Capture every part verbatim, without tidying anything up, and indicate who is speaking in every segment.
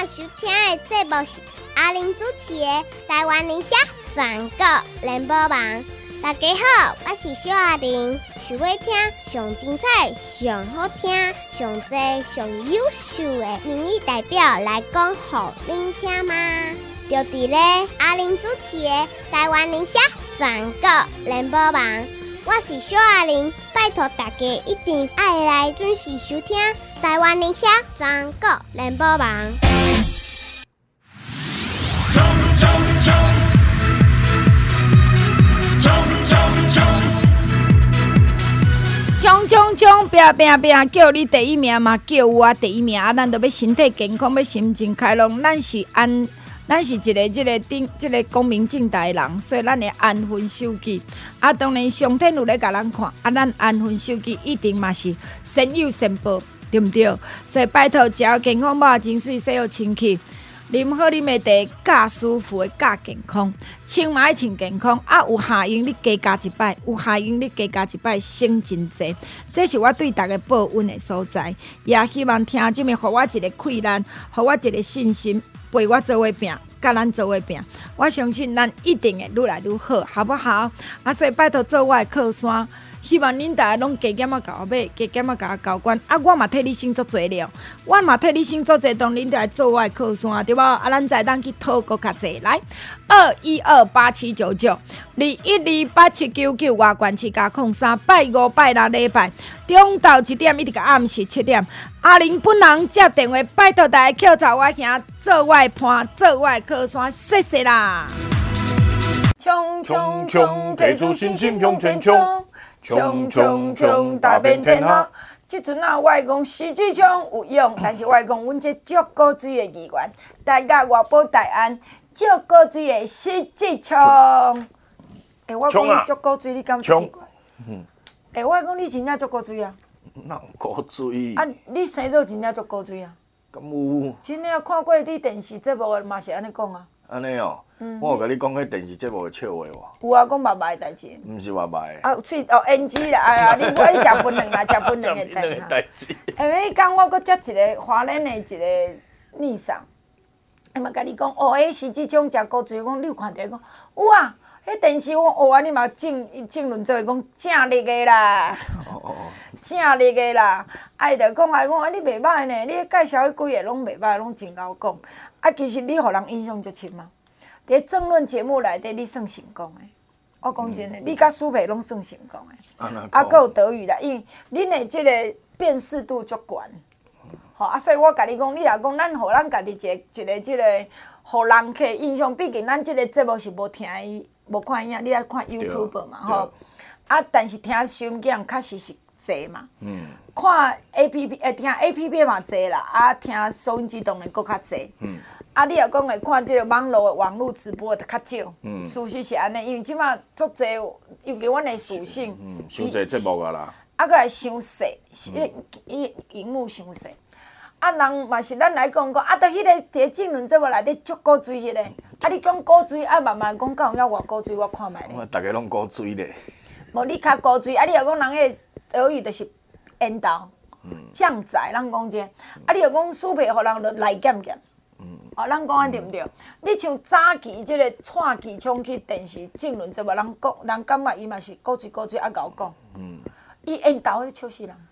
Speaker 1: 收听的节目是阿玲主持的《台湾理想全国联播网》。大家好，我是小阿玲。想要听上精彩、上好听、上多、上优秀的民意代表来讲给您听吗？就伫咧阿玲主持的《台湾理想全国联播网》。我是小阿玲，拜托大家一定要来准时收听台湾理想全国联播网。
Speaker 2: 冲冲冲！冲冲冲！
Speaker 3: 冲冲冲！拼拼拼！叫你第一名嘛，叫我第一名啊！咱都要身体健康，要心情开朗，咱是安。咱是一个、这个顶、这个光明正大的人，所以咱的安分守己。啊，当然上天有咧甲咱看，啊，咱安分守己一定嘛是善有善报，对不对？所以拜托，食好健康，饱真水，洗好清气，啉好啉的茶，加舒服的加健康，穿嘛爱穿健康。啊，有下用你加加一摆，有下用你加加一摆，省真济。这是我对大家报恩的所在，也希望听众们给我一个气力，给我一个信心。陪我做伙拼，甲咱做伙拼，我相信咱一定会愈来愈好，好不好？啊，所以拜托做我的靠山，希望恁大家拢加减啊交买，加减啊甲我交关。啊，我嘛替你想足济了，我嘛替你想足济，当恁就来做我的靠山，对无？啊，咱再当去讨个较济来，二一二八七九九，二一二八七九九，外关七加空三，拜五拜六礼拜，中昼一点一直到暗时七点。阿玲本人接电话，拜托大家扣找我兄做我的伴，做我的靠山，谢谢啦！冲冲冲，提出信心向前冲！冲冲冲，大遍天下。即阵啊，我讲施志昌有用，但是我讲阮这足果水的议员，大家外保台湾足果水的施志昌。诶、欸，我讲你足果水，你敢奇怪？诶、欸，我讲你真正足果水啊！
Speaker 4: 哪有古水？
Speaker 3: 啊，你生做真正足古水啊？
Speaker 4: 敢有？
Speaker 3: 真诶，看过你电视节目诶，嘛是安尼讲啊。
Speaker 4: 安尼哦，嗯、我有甲你讲迄电视节目诶笑话无？
Speaker 3: 有啊，讲白白诶代志。毋
Speaker 4: 是白白。
Speaker 3: 啊，喙哦，N G 啦，哎呀，你不爱食分两啦，食分两诶代志。下尾讲我搁接一个华联诶一个逆送，伊嘛甲你讲，哦，迄是即种食古水，讲你有看到？讲有啊，迄电视我学啊，你嘛争争论做讲正力诶啦。哦哦。正力的啦，啊伊就讲来讲啊，你袂歹呢，你介绍迄几个拢袂歹，拢真够讲。啊，其实你互人印象足深嘛。伫政论节目内底，你算成功的。我讲真的，嗯、你甲苏培拢算成功的。啊，搁有德语啦，因为恁的即个辨识度足悬。吼、啊，所以我甲你讲，你若讲咱互咱家己一个一个即个，互人客印象，毕竟咱即个节目是无听伊，无看伊啊，你爱看 YouTube 嘛，吼。啊，但是听收音机人确实是。济嘛，嗯、看 A P P 诶，听 A P P 嘛济啦，啊，听收音机当然搁较济。嗯、啊，你若讲会看即个网络诶网络直播就较少。嗯、事实是安尼，因为即马足济，尤其阮诶属性，
Speaker 4: 嗯，伤济节目啊啦。
Speaker 3: 啊，搁来伤细，伊伊荧幕伤细。啊，人嘛是咱来讲讲，啊，伫迄个伫政论节目内底足古水迄个，啊，你讲古水，啊，慢慢讲，敢有影偌古水，我看卖咧。
Speaker 4: 我逐个拢古水咧。
Speaker 3: 无你较古水，啊，你若讲人迄个。德语就是引导、降载，咱讲者。啊，你若讲输配，互人就来检检。哦，咱讲安对毋对？你像早期即个串机冲去电视政论节目，人讲人感觉伊嘛是古锥古锥啊，甲我讲。伊引导迄笑死人。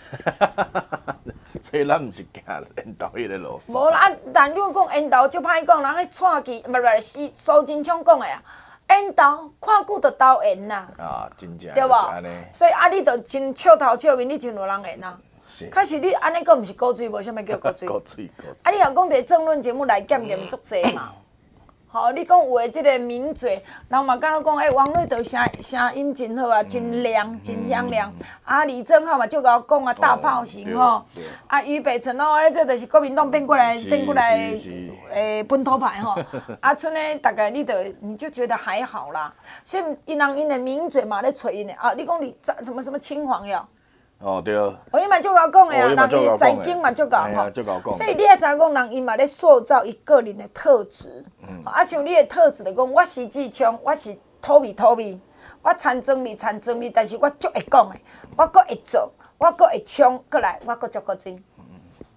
Speaker 4: 所以咱毋是行引导迄个路线。
Speaker 3: 无啦，但你讲引导就歹讲，人迄串机，不不是苏金昌讲的啊。演导看久就投缘啦，
Speaker 4: 啊，真正
Speaker 3: 对无？所以啊，你著真笑头笑面，你真有人缘啊。确实，你安尼讲毋是古锥，无啥物叫古锥。
Speaker 4: 古锥，
Speaker 3: 啊，你若讲伫政论节目来检验足济嘛。吼，你讲有诶，即个名嘴，人嘛敢若讲，诶，王瑞德声声音真好啊，真亮，真响亮。啊，李正浩嘛，就甲我讲啊，大炮型吼。啊，俞北辰哦，诶，这就是国民党变过来，变过来，诶，本土派吼。啊，剩诶，大概你得，你就觉得还好啦。所以，因人因诶名嘴嘛咧找因诶。啊，你讲你什么什么青黄哟？
Speaker 4: 哦对，
Speaker 3: 哦伊嘛足够讲的啊，人伊财经嘛足够吼，所以你也知影讲人伊嘛咧塑造伊个人的特质，嗯、啊像你的特质就讲我是志强，我是土味土味，我参政味参政味，但是我足会讲的，我阁会做，我阁会冲，阁来我阁足个精。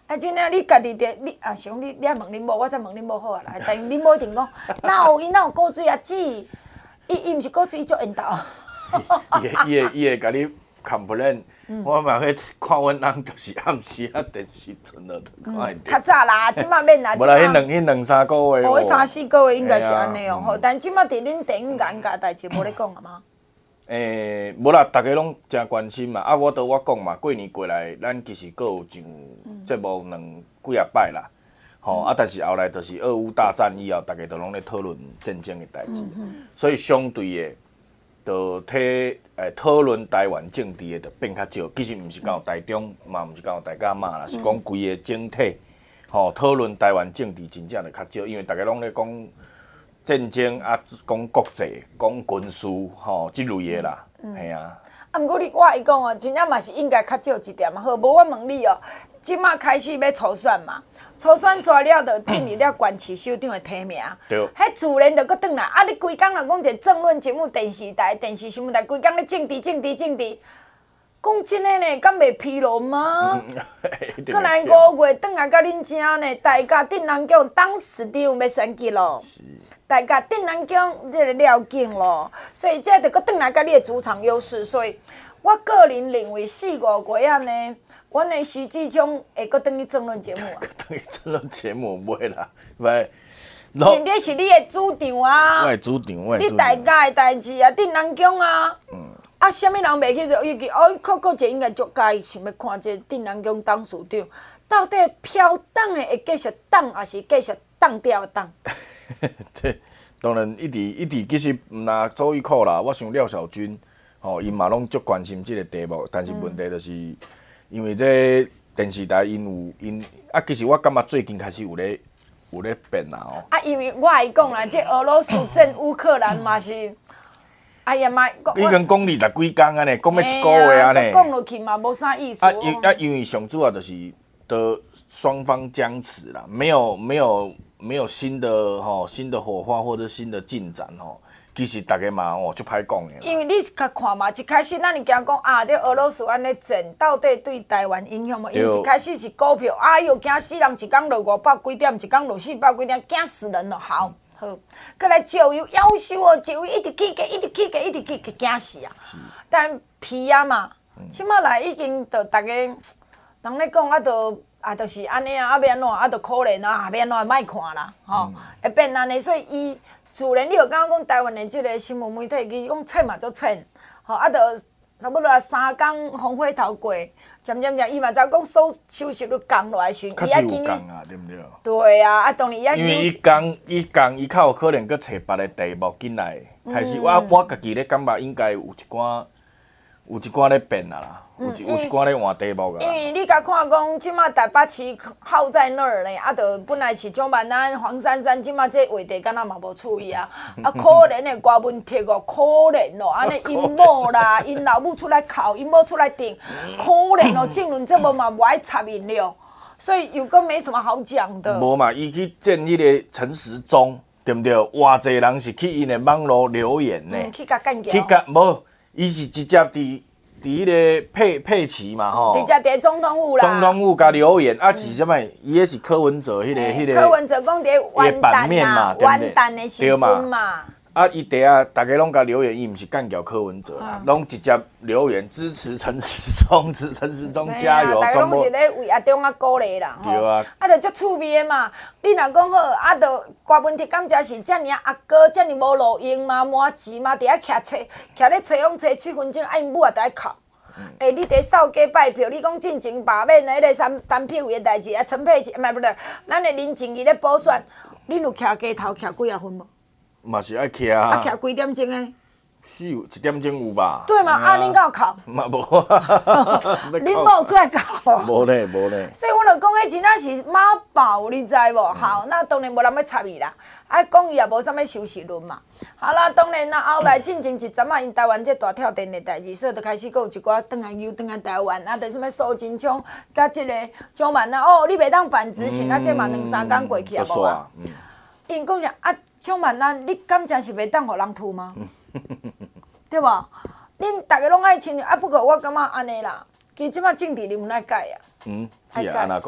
Speaker 3: 啊，真正你家己伫你啊，想你你爱问恁某，我再问恁某好啊啦。但恁某一定讲，哪有伊哪有顾水啊？姊，伊伊毋是顾水，伊足缘投。
Speaker 4: 伊会伊会伊会甲你 complain，我嘛去看阮翁，就是暗时啊电视存了，就看因。
Speaker 3: 较早啦，即摆免啦。
Speaker 4: 无啦，迄两迄两三个月。
Speaker 3: 哦，迄三四个月应该是安尼哦。吼，但即摆伫恁电影眼界代志无咧讲啊吗？
Speaker 4: 诶，无啦，大家拢真关心嘛。啊，我都我讲嘛，过年过来，咱其实阁有上节目两几啊摆啦。吼、啊，但是后来就是俄乌大战以后，大家都拢咧讨论战争的代志，所以相对的，就替诶讨论台湾政治的就变较少。其实毋是讲有台中，嘛毋是讲有台甲嘛啦，是讲规个整体，吼讨论台湾政治真正就较少，因为大家拢咧讲。战争啊，讲国际、讲军事，吼，即类的啦，系啊。
Speaker 3: 啊，毋过你我伊讲哦，真正嘛是应该较少一点嘛。好，无我问你哦，即马开始要初选嘛，初选煞了，就进入了县市首长的提名。
Speaker 4: 对。
Speaker 3: 迄自然就搁转来，啊，你规工若讲一个政论节目，电视台、电视新闻台，规工咧政治、政治、政治。讲真诶呢，敢袂疲劳吗？过来五月，转来甲恁遮呢，大家镇南宫当市长要选举咯。大家镇南宫即个了境咯，所以这就搁转来甲你的主场优势。所以我个人认为四五月啊呢，阮的徐志忠会搁转去政论节目啊。
Speaker 4: 转去政论节目袂啦，袂。
Speaker 3: 因为是你的主场啊。
Speaker 4: 我的主场，我的主场。
Speaker 3: 你大家的代志啊，镇南宫啊。嗯。啊，啥物人袂去做？伊个哦，可可就应该足介想要看这镇南宫当市长，到底飘党的会继续党，还是继续党掉的党？
Speaker 4: 这当然一直一直其实毋若周玉蔻啦，我想廖小军吼，因嘛拢足关心即个题目，但是问题就是，嗯、因为这电视台因有因啊，其实我感觉最近开始有咧有咧变啦哦。
Speaker 3: 啊，因为我来讲啦，这俄罗斯战乌克兰嘛是。哎呀妈！
Speaker 4: 已经讲二十几天安尼，讲要一个月安尼。
Speaker 3: 讲落去嘛，无啥意思。
Speaker 4: 啊，因啊，因为上主要就是的双方僵持啦，没有没有没有新的吼、哦、新的火花或者新的进展吼、哦。其实大家嘛哦，就歹讲的。
Speaker 3: 因为你甲看嘛，一开始咱是惊讲啊，这俄罗斯安尼战到底对台湾影响无？因为一开始是股票，哎呦，惊死人，一天落五百几点，一天落四百几点，惊死人了，好。好，过来石油夭寿哦，石油一直起价，一直起价，一直起价，惊死啊！但皮啊嘛，即摆来已经着逐个人咧讲啊，着啊，着是安尼啊，啊要安怎啊，着可怜啊，要安怎莫看啦，吼，会变安尼，所以伊自然你有感觉讲台湾的即个新闻媒体，其实讲切嘛足切，吼，啊，着差不多啊三工风火头过。渐渐渐，伊嘛知讲收收视率降落来时，伊
Speaker 4: 还是有降啊，对毋对？
Speaker 3: 对啊，啊当然伊
Speaker 4: 因为伊降，伊降，伊较有可能搁找别个题目进来。开始，我我家己咧感觉应该有一寡，有一寡咧变啊啦，有一有一寡咧换题目啊。
Speaker 3: 因为你甲看讲，即马台北市耗在那儿咧，啊，着本来是蒋万安、黄珊珊，即马这话题敢若嘛无处理啊。啊，可怜的郭文铁哦，可怜哦，安尼因某啦，因老母出来哭，因某出来顶，可怜哦，政论这无嘛无爱插因了，所以又讲没什么好讲的。
Speaker 4: 无嘛，伊去见迄个陈时中，对毋对？偌济人是去因的网络留言呢，
Speaker 3: 嗯、去甲干掉。
Speaker 4: 去甲无，伊是直接伫。伫迄个佩佩奇嘛吼，
Speaker 3: 直接伫总统府啦。
Speaker 4: 总统府甲留言啊是啥物？伊迄是柯文哲迄个迄个。
Speaker 3: 柯文哲讲伫完蛋嘛，完蛋的时阵嘛。
Speaker 4: 啊，伊底下大家拢甲留言，伊毋是干掉柯文哲啦，拢直接留言支持陈时中，支持陈时中加油。
Speaker 3: 大家拢是咧为阿中啊鼓励啦，
Speaker 4: 对啊。
Speaker 3: 啊，着足趣味的嘛。你若讲好，啊，着郭文铁敢真是遮尔阿哥，遮尔无路用嘛，满钱嘛，伫遐徛车，徛咧吹风吹七分钟，啊，因母也伫遐哭。诶、欸，你伫扫街拜票，你讲进前罢免的迄个陈陈佩慧的代志，啊，陈佩琪，唔系不是，咱的林静怡咧补选，恁有徛街头徛几啊分无？
Speaker 4: 嘛是爱徛啊。
Speaker 3: 啊，徛几点钟诶？
Speaker 4: 是有一點鐘有吧？
Speaker 3: 對嘛，啊，恁敢有哭？
Speaker 4: 嘛無，
Speaker 3: 恁某出來哭啊？
Speaker 4: 無咧，無咧。
Speaker 3: 所以我就講，迄真正是媽寶，你知無？好，那當然無人要插伊啦。啊，講伊也無啥物收視率嘛。好啦，當然啦，後來進前一陣啊，因台灣這大跳電的代志，所以就開始閣有一寡轉來又轉來台灣，啊，就什物蘇貞昌甲即個蔣萬安，哦，你袂當反職權，啊，這嘛兩三工過去啊無啊？因講啥啊？蔣萬安，你敢真是袂當互人吐嗎？對無？恁大家攏愛親啊，不過我感覺安尼啦，其實即擺政治你唔愛改啊。
Speaker 4: 嗯，是啊，安怎講？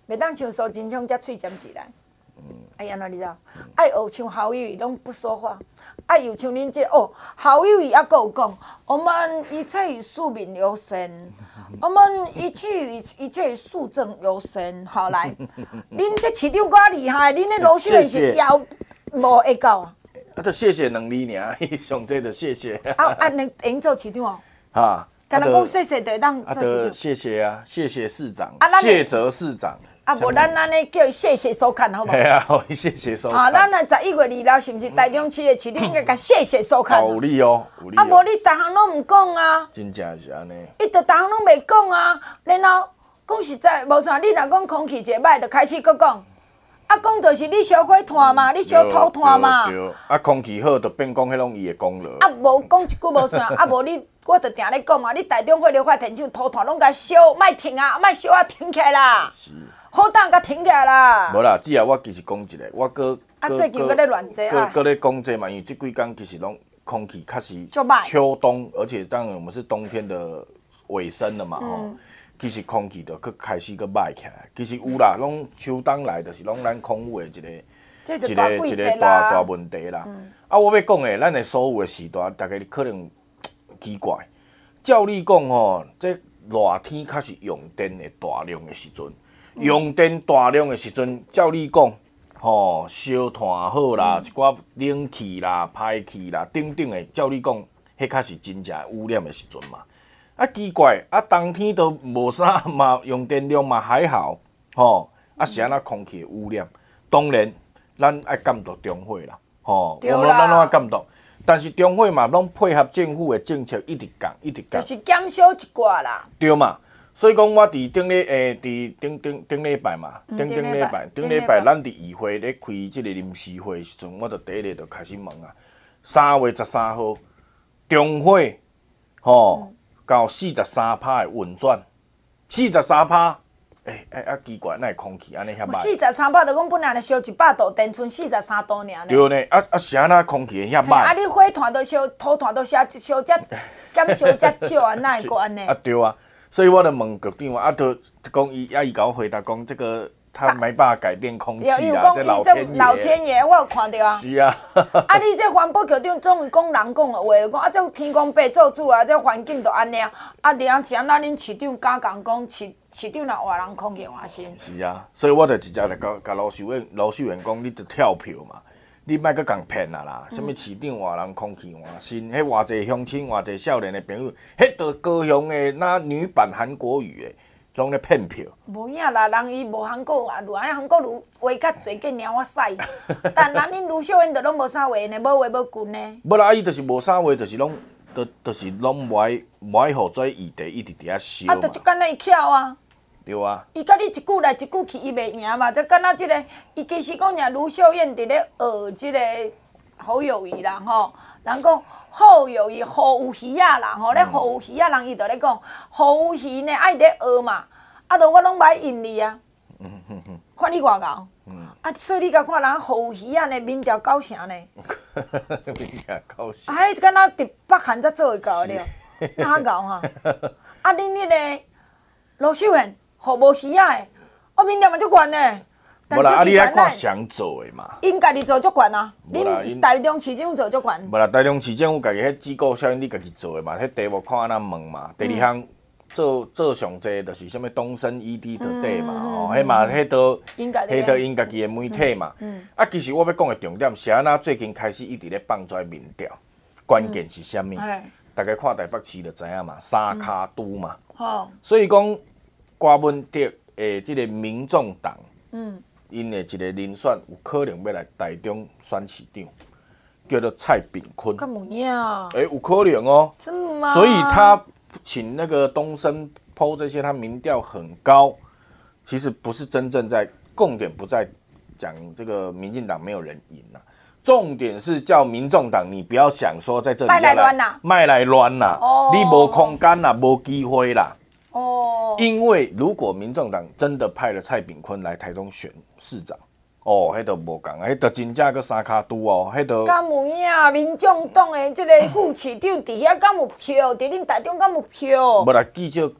Speaker 3: 袂当像苏金昌遮喙尖起来。哎呀，那你知道？爱学像郝友谊拢不说话，爱有像恁这哦，郝友谊还佫有讲，我们一切以庶民优先，我们一切以一切以肃正优先。好来，恁这市长够厉害，恁那罗秀燕是腰无会到啊。
Speaker 4: 啊，就谢谢能力尔，上这就谢谢。
Speaker 3: 啊啊，能能做市长哦？
Speaker 4: 哈，
Speaker 3: 敢若讲谢谢就当
Speaker 4: 啊，
Speaker 3: 做市长。
Speaker 4: 谢谢啊，谢谢市长，
Speaker 3: 啊咱
Speaker 4: 谢泽市长。
Speaker 3: 啊，无咱安尼叫伊谢谢收看，好无？
Speaker 4: 系啊，好，谢谢收看。
Speaker 3: 啊，咱若十一月二日是毋是台中市的市长应该甲谢谢收看？
Speaker 4: 有理哦，有理哦。
Speaker 3: 啊，无你逐项拢毋讲啊，
Speaker 4: 真正是安尼。
Speaker 3: 伊就逐项拢袂讲啊，然后讲实在无啥，你若讲空气一歹，就开始搁讲。啊，讲就是你小火炭嘛，你小土炭嘛。
Speaker 4: 对对。啊，空气好，就变讲迄种伊的功劳。
Speaker 3: 啊，无讲一句无算，啊无你，我就定咧讲啊，你台中火力发电厂土炭拢甲烧，莫停啊，莫烧啊，停起来啦。
Speaker 4: 是。
Speaker 3: 好当甲停起来啦。
Speaker 4: 无啦，只要我其实讲一个，我搁
Speaker 3: 啊，最近搁咧乱坐啊。
Speaker 4: 搁咧讲这嘛，因为这几工其实拢空气开始秋冬，而且当然我们是冬天的尾声了嘛吼。嗯、其实空气就搁开始搁歹起来。其实有啦，拢秋冬来就是拢咱空污的一个一个一个大大问题啦。嗯、啊，我要讲的，咱的所有的时代，大家可能奇怪，照理讲吼，这热天开始用电的大量的时阵。用电大量的时阵，照你讲，吼、哦，烧炭好啦，嗯、一寡冷气啦、排气啦，等等的，照你讲，迄较是真正污染的时阵嘛。啊，奇怪，啊，冬天都无啥嘛，用电量嘛还好，吼、哦，啊是安那空气污染。当然，咱爱监督中火啦，吼、哦，我们咱拢爱监督。但是中火嘛，拢配合政府的政策，一直降，一直降。
Speaker 3: 就是减少一寡啦。
Speaker 4: 对嘛。所以讲，我伫顶礼诶，伫顶顶顶礼拜嘛，顶顶礼拜，顶礼拜，咱伫议会咧开即个临时会时阵，我就第一日就开始问啊。三月十三号，中火吼到四十三趴的运转，四十三趴，诶诶啊奇怪，哪会空气安尼遐歹？
Speaker 3: 四十三趴，就讲本来咧烧一百度电，剩四十三度尔呢。
Speaker 4: 对呢，啊啊是安那空气会遐歹？
Speaker 3: 啊，你火炭都烧，土炭都烧烧遮减少遮少啊，哪会个安尼？
Speaker 4: 啊对啊。所以我就问局长啊，就讲伊啊，伊甲我回答讲，这个他没办法改变空气啦，这老天爷。
Speaker 3: 老天爷，我有看到啊。
Speaker 4: 是啊。
Speaker 3: 啊，你这环保局长总是讲人讲的话，讲啊，这天公伯做主啊，这环境就安尼啊。啊，然后是安那恁市长敢讲讲市市长若换人空气换新。
Speaker 4: 是啊，所以我就直接就甲甲罗秀燕罗秀燕讲，你着跳票嘛。你莫阁共骗啊啦！什物市长换人空气换新，迄偌济乡亲、偌济少年的朋友，迄着高雄的那女版韩国语的，拢咧骗票。
Speaker 3: 无影啦，人伊无韩国啊，安尼韩国语话较侪，计领我使。但咱恁卢秀燕着拢无啥话呢，无话无根呢。
Speaker 4: 无啦，伊就是无啥话，就是拢，就就是拢无爱无爱互做议题一直伫遐烧嘛。
Speaker 3: 啊，就即简单伊巧啊。
Speaker 4: 对啊，
Speaker 3: 伊甲你一句来一句去，伊袂赢嘛。就敢若即个，伊其实讲尔卢秀燕伫咧学即个好友谊啦吼。人讲好友谊，好有鱼啊啦吼，咧好有鱼啊人伊就咧讲好有鱼呢，爱咧学嘛。啊，著我拢歹应你啊。看你偌敖。啊，所以你甲看人好有鱼啊呢，民调高成呢。
Speaker 4: 民调高成。
Speaker 3: 哎，敢若伫北韩才做会到了，哪敖哈？啊，恁迄个卢秀燕。好无时啊！我民调嘛足悬呢，
Speaker 4: 无啦，啊你来看谁做的嘛？
Speaker 3: 因家己做足悬啊！恁台中市政府做足悬。
Speaker 4: 无啦，台中市政府家己迄机构啥，你家己做的嘛？迄题目看安怎问嘛？第二项做做上济就是啥物东升 E D 的底嘛？哦，迄嘛迄都迄都因家己的媒体嘛。啊，其实我要讲的重点是安那最近开始一直咧放出来民调，关键是啥物？大家看台北市就知影嘛，三卡都嘛。好，所以讲。郭文德诶，即个民众党，嗯，因的一个人选有可能要来台中选市长，叫做蔡炳坤。
Speaker 3: 干么呀？
Speaker 4: 诶，有可能哦。
Speaker 3: 真的吗？
Speaker 4: 所以他请那个东升抛这些，他民调很高，其实不是真正在重点不在讲这个民进党没有人赢呐、啊，重点是叫民众党你不要想说在这里
Speaker 3: 卖来乱呐，
Speaker 4: 卖来乱呐，哦、你无空间啦，无机会啦。
Speaker 3: 哦，
Speaker 4: 因为如果民众党真的派了蔡炳坤来台中选市长，哦，迄都无共，迄都真正个三卡都哦，迄都。
Speaker 3: 敢有影？民众党的这个副市长伫遐敢有票？伫恁台中敢有票？
Speaker 4: 无啦，至少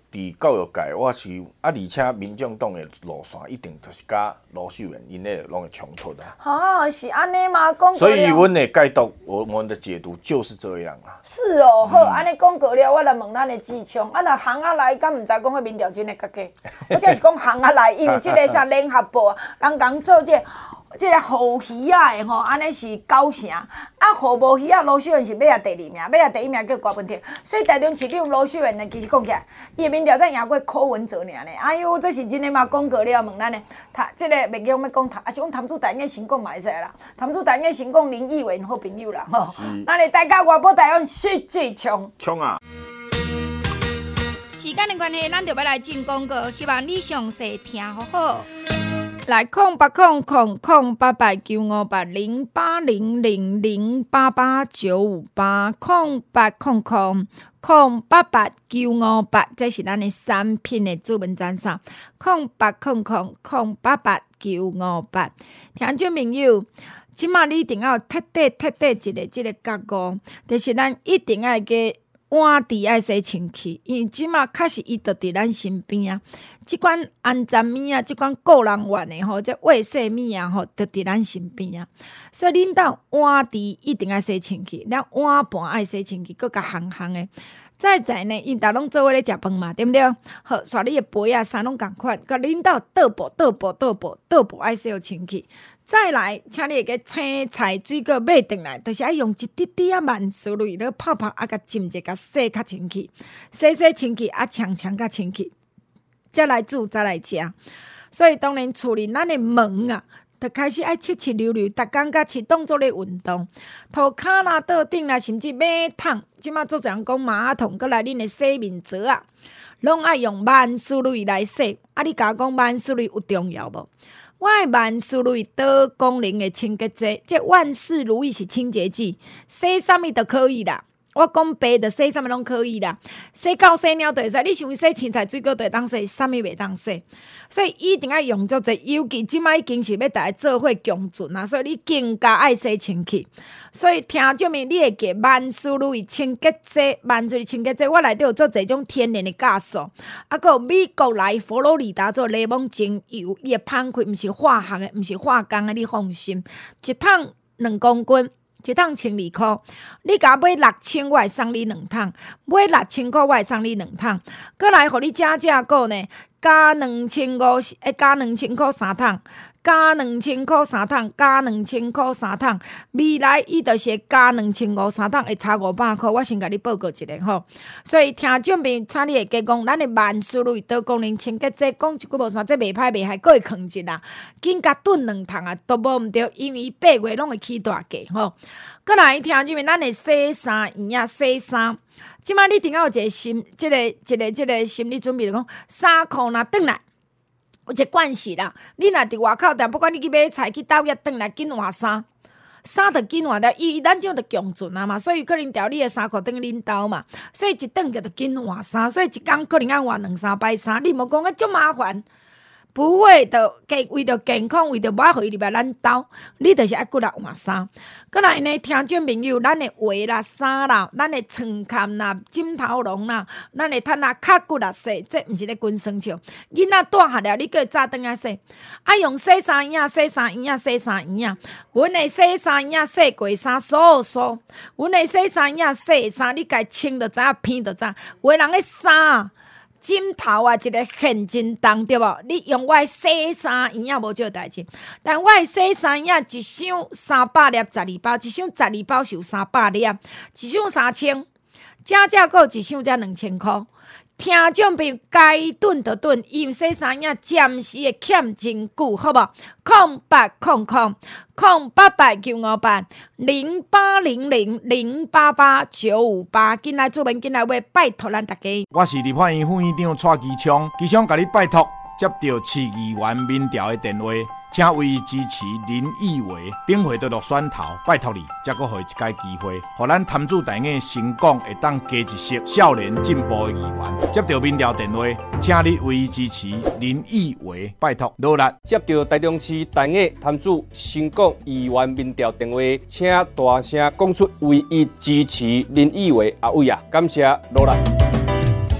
Speaker 4: 伫教育界，我是啊，而且民众党的路线一定就是甲罗秀媛因咧拢会冲突的。
Speaker 3: 啊，是安尼吗？讲
Speaker 4: 所以阮的解读，我我们的解读就是这样啊。
Speaker 3: 是哦，好，安尼讲过了，我来问咱的志昌，啊，若行啊来，敢毋知讲迄民调真的较假？我只是讲行啊来，因为即个啥联合报，人讲做这。即个护鱼仔的吼，安尼是九成，啊，护无鱼仔罗秀媛是尾啊第二名，尾啊第一名叫郭文婷，所以台中市长罗秀媛呢，其实讲起来，伊的民调才赢过柯文哲尔呢。哎呦，这是真的嘛？讲过了，问咱呢，他即个袂用要讲谈，啊是讲谈主台应该先讲嘛会使啦，谈主台应该先讲林义伟好朋友啦吼。咱哩大家外播台湾徐志昌。
Speaker 4: 冲啊！
Speaker 3: 时间的关系，咱就要来进广告，希望你详细听好好。来空八空空空八八九五八零八零零零八八九五八空八空空空八八九五八，这是咱的产品的主文专线。空八空空空八八九五八，听众朋友，即马你一定要彻底彻底一个即个觉悟，就是咱一定要个碗底爱洗清气，因为即马确实伊就伫咱身边啊。即款安全物啊，即款个人员的吼，即卫生物啊吼，就伫咱身边啊。所以恁兜碗池一定要洗清气，咱碗盘爱洗清气，搁甲烘烘的。再在呢，因逐拢做伙咧食饭嘛，对毋对？好，刷你的杯啊，啥拢共款，甲恁兜倒步倒步倒步倒步爱洗清气。再来，请你会个青菜水果买回来，就是爱用一滴滴啊万斯瑞咧泡泡啊，甲浸者甲洗较清气，洗洗清气啊，呛呛甲清气。再来煮，再来食，所以当然厝里咱的门啊，就开始爱七七溜溜，逐工甲饲当做咧运动，涂骹啦、桌顶啦，甚至马桶，即马做啥人讲马桶，搁来恁的洗面槽啊，拢爱用万斯瑞来洗。啊，你甲我讲万斯瑞有重要无？我的万斯瑞多功能的清洁剂，即万事如意是清洁剂，洗啥物都可以啦。我讲白的洗啥物拢可以啦，洗狗洗猫都会使。你想洗青菜水果都会当洗，啥物袂当洗。所以一定要用足侪，尤其即摆已经是要大家做伙共存啊，所以你更加爱洗清气。所以听众们，你会记万斯瑞清洁剂，万斯瑞清洁剂，我内底有做侪种天然的酵素，啊，佮有美国来佛罗里达做柠檬精油，伊的芳开毋是化学的，毋是化工的，你放心，一桶两公斤。一桶千二箍，你甲买六千，我会送你两桶；买六千箍，我会送你两桶。过来，互你正正个呢，加两千五，会加两千箍三桶，加两千箍三桶，加两千箍三桶。未来伊就是加两千五三桶，会差五百箍。我先甲你报告一下吼。所以听众朋友，请你会记讲，咱的万斯瑞多功能清洁剂，讲一句无算，这袂歹袂害，搁会囥一啦。紧甲炖两桶啊，都无毋对，因为伊八月拢会起大价吼。过来听众们，咱的洗衫衣啊，洗衫。即摆你一定要有一个心，即、这个、即、这个、即、这个心理准备，就讲衫裤若转来，有一个惯势啦。你若伫外口，但不管你去买菜去倒业转来，紧换衫，衫着紧换掉，伊咱种着共存啊嘛，所以可能调你的衫裤等于恁兜嘛，所以一转就着紧换衫，所以一工可能要换两三摆衫，你莫讲啊，足麻烦。不会的，为着健康，为着无互伊入来咱兜，你著是爱骨力换衫。过来呢，听众朋友，咱的鞋啦、衫啦、咱的床垫啦、枕头笼啦、咱的毯啊、脚骨力洗，这毋是咧滚生笑。囡仔大下了，你叫伊早顿仔洗，爱用洗衫衣啊、洗衫衣啊、洗衫衣啊。阮的洗衫衣啊、洗过衫扫扫，阮的洗衫衣啊、洗衫，你家清着知影，偏着知影。有的人的衫。枕头啊，一个现真重对无？你用我的洗衫衣啊，无这代志。但我的洗衫衣啊，一箱三百粒，十二包，一箱十二包是有三百粒，一箱三千，正正个一箱才两千箍。听众朋友，该炖就炖，因为洗衫衣暂时会欠真久，好无？空八空空空八八九五八零八零零零八八九五八，进来做文，进来话，拜托咱大家。
Speaker 5: 我是立法院副院长蔡其昌，其昌甲你拜托，接到市议员民调的电话，请为支持林义伟，顶回得落选头，拜托你，再搁互一届机会，互咱潭子大雅成功会当加一席少年进步的议员。接到民调电话，请你为支持林义伟，拜托努力。
Speaker 6: 接到台中市大雅潭子成功议员民调电话，请大声讲出为伊支持林义伟阿伟啊，感谢努力。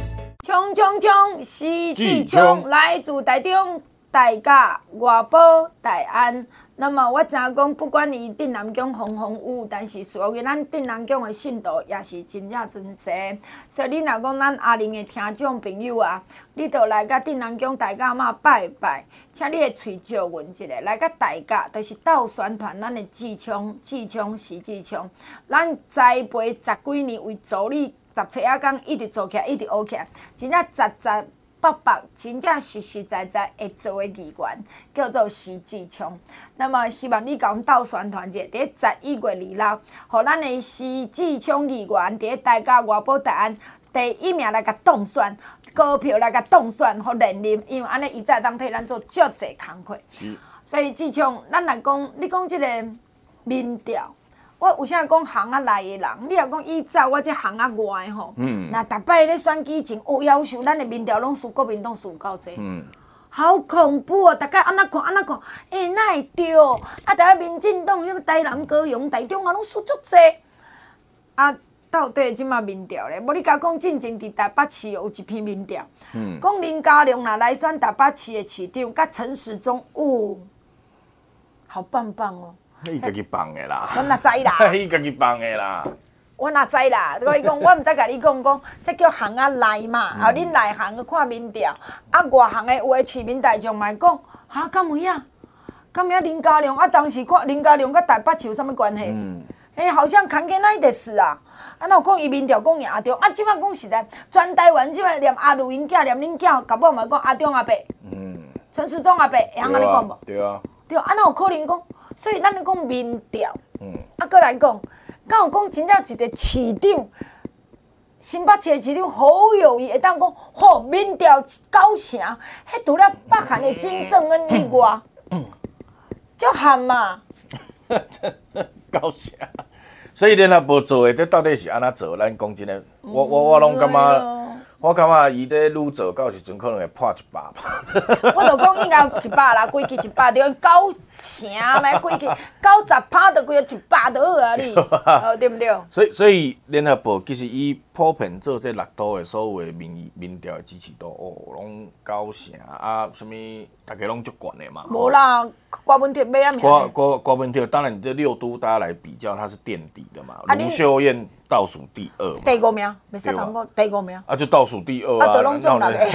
Speaker 3: 冲冲冲，四季冲，来自台中、大甲、外埔、大安。那么我知影讲，不管伊镇南宫风风雨，但是属于咱镇南宫的信徒也是真正真侪。所以你若讲咱阿玲的听众朋友啊，你着来甲镇南宫大甲妈拜拜，请你的喙借阮一下，来甲大甲，就是斗宣传咱的志昌、志昌是志昌，咱栽培十几年为助理，十七啊工一直做起来，一直学起来，真正实实。白白真正实实在在会做的义员，叫做施志昌。那么希望你甲阮斗宣传者，伫十一月二六，互咱的施志昌义员伫大甲外埔大安第一名来甲当选，高票来甲当选，互连任，因为安尼伊才当替咱做足侪工课。所以志昌，咱来讲，你讲即个民调。我有啥讲行啊内的人，你若讲以早我这行啊外的吼，嗯，那逐摆咧选举前，哦要求咱的民调拢输国民党输够济，嗯，好恐怖哦！大家安那看安那看，哎、欸，哪会对？啊，大家民进党什么台南、高雄、台中啊，拢输足济。啊，到底即马民调咧？无你甲讲进前伫台北市有一篇民调，嗯，讲林佳龙若来选台北市的市长，甲陈时中，哦，好棒棒哦！
Speaker 4: 伊家己放的啦，
Speaker 3: 我哪知啦？
Speaker 4: 伊家己放的啦。
Speaker 3: 我哪知啦？我伊讲，我毋知甲你讲讲，这叫行啊内嘛。后恁内行去看民调，啊外行的有诶市民大众嘛讲，哈敢有影？敢有林佳龙？啊当时看林佳龙甲台北市有啥物关系？嗯，诶，好像看见那的事啊。啊，那有讲伊民调讲赢着，啊，即摆讲实在，全台湾即摆连阿鲁因囝，连恁囝，搞不好嘛讲阿中阿伯，嗯，陈时中阿伯，会通安尼讲无？
Speaker 4: 对啊。
Speaker 3: 对啊，那有可能讲。所以咱咧讲民调，嗯，啊，搁来讲，敢有讲真正一个市长，新北市的市长侯友宜会当讲，吼民调九成，迄除了北韩的金正恩以外，足罕嘛。
Speaker 4: 九成，所以联合报做的，这到底是安怎做？咱讲真的，我我我拢感觉。我感觉伊这愈做到时阵可能会破一百吧。
Speaker 3: 我就讲应该一百啦，规矩一百，着九成嘛，规矩九十趴，着规个一百就好啊你，哦对不对？
Speaker 4: 所以所以联合报其实伊普遍做这六都的所有的民民调的支持度，哦，拢九成啊，什么大家拢足悬的嘛。
Speaker 3: 无啦，郭文哲买啊名。
Speaker 4: 郭郭郭文哲当然这六都大家来比较，他是垫底的嘛。卢秀燕倒数第二嘛。
Speaker 3: 第五名，袂使讲讲第五名。
Speaker 4: 啊，就倒数第二啊。
Speaker 3: 啊，就拢中六个。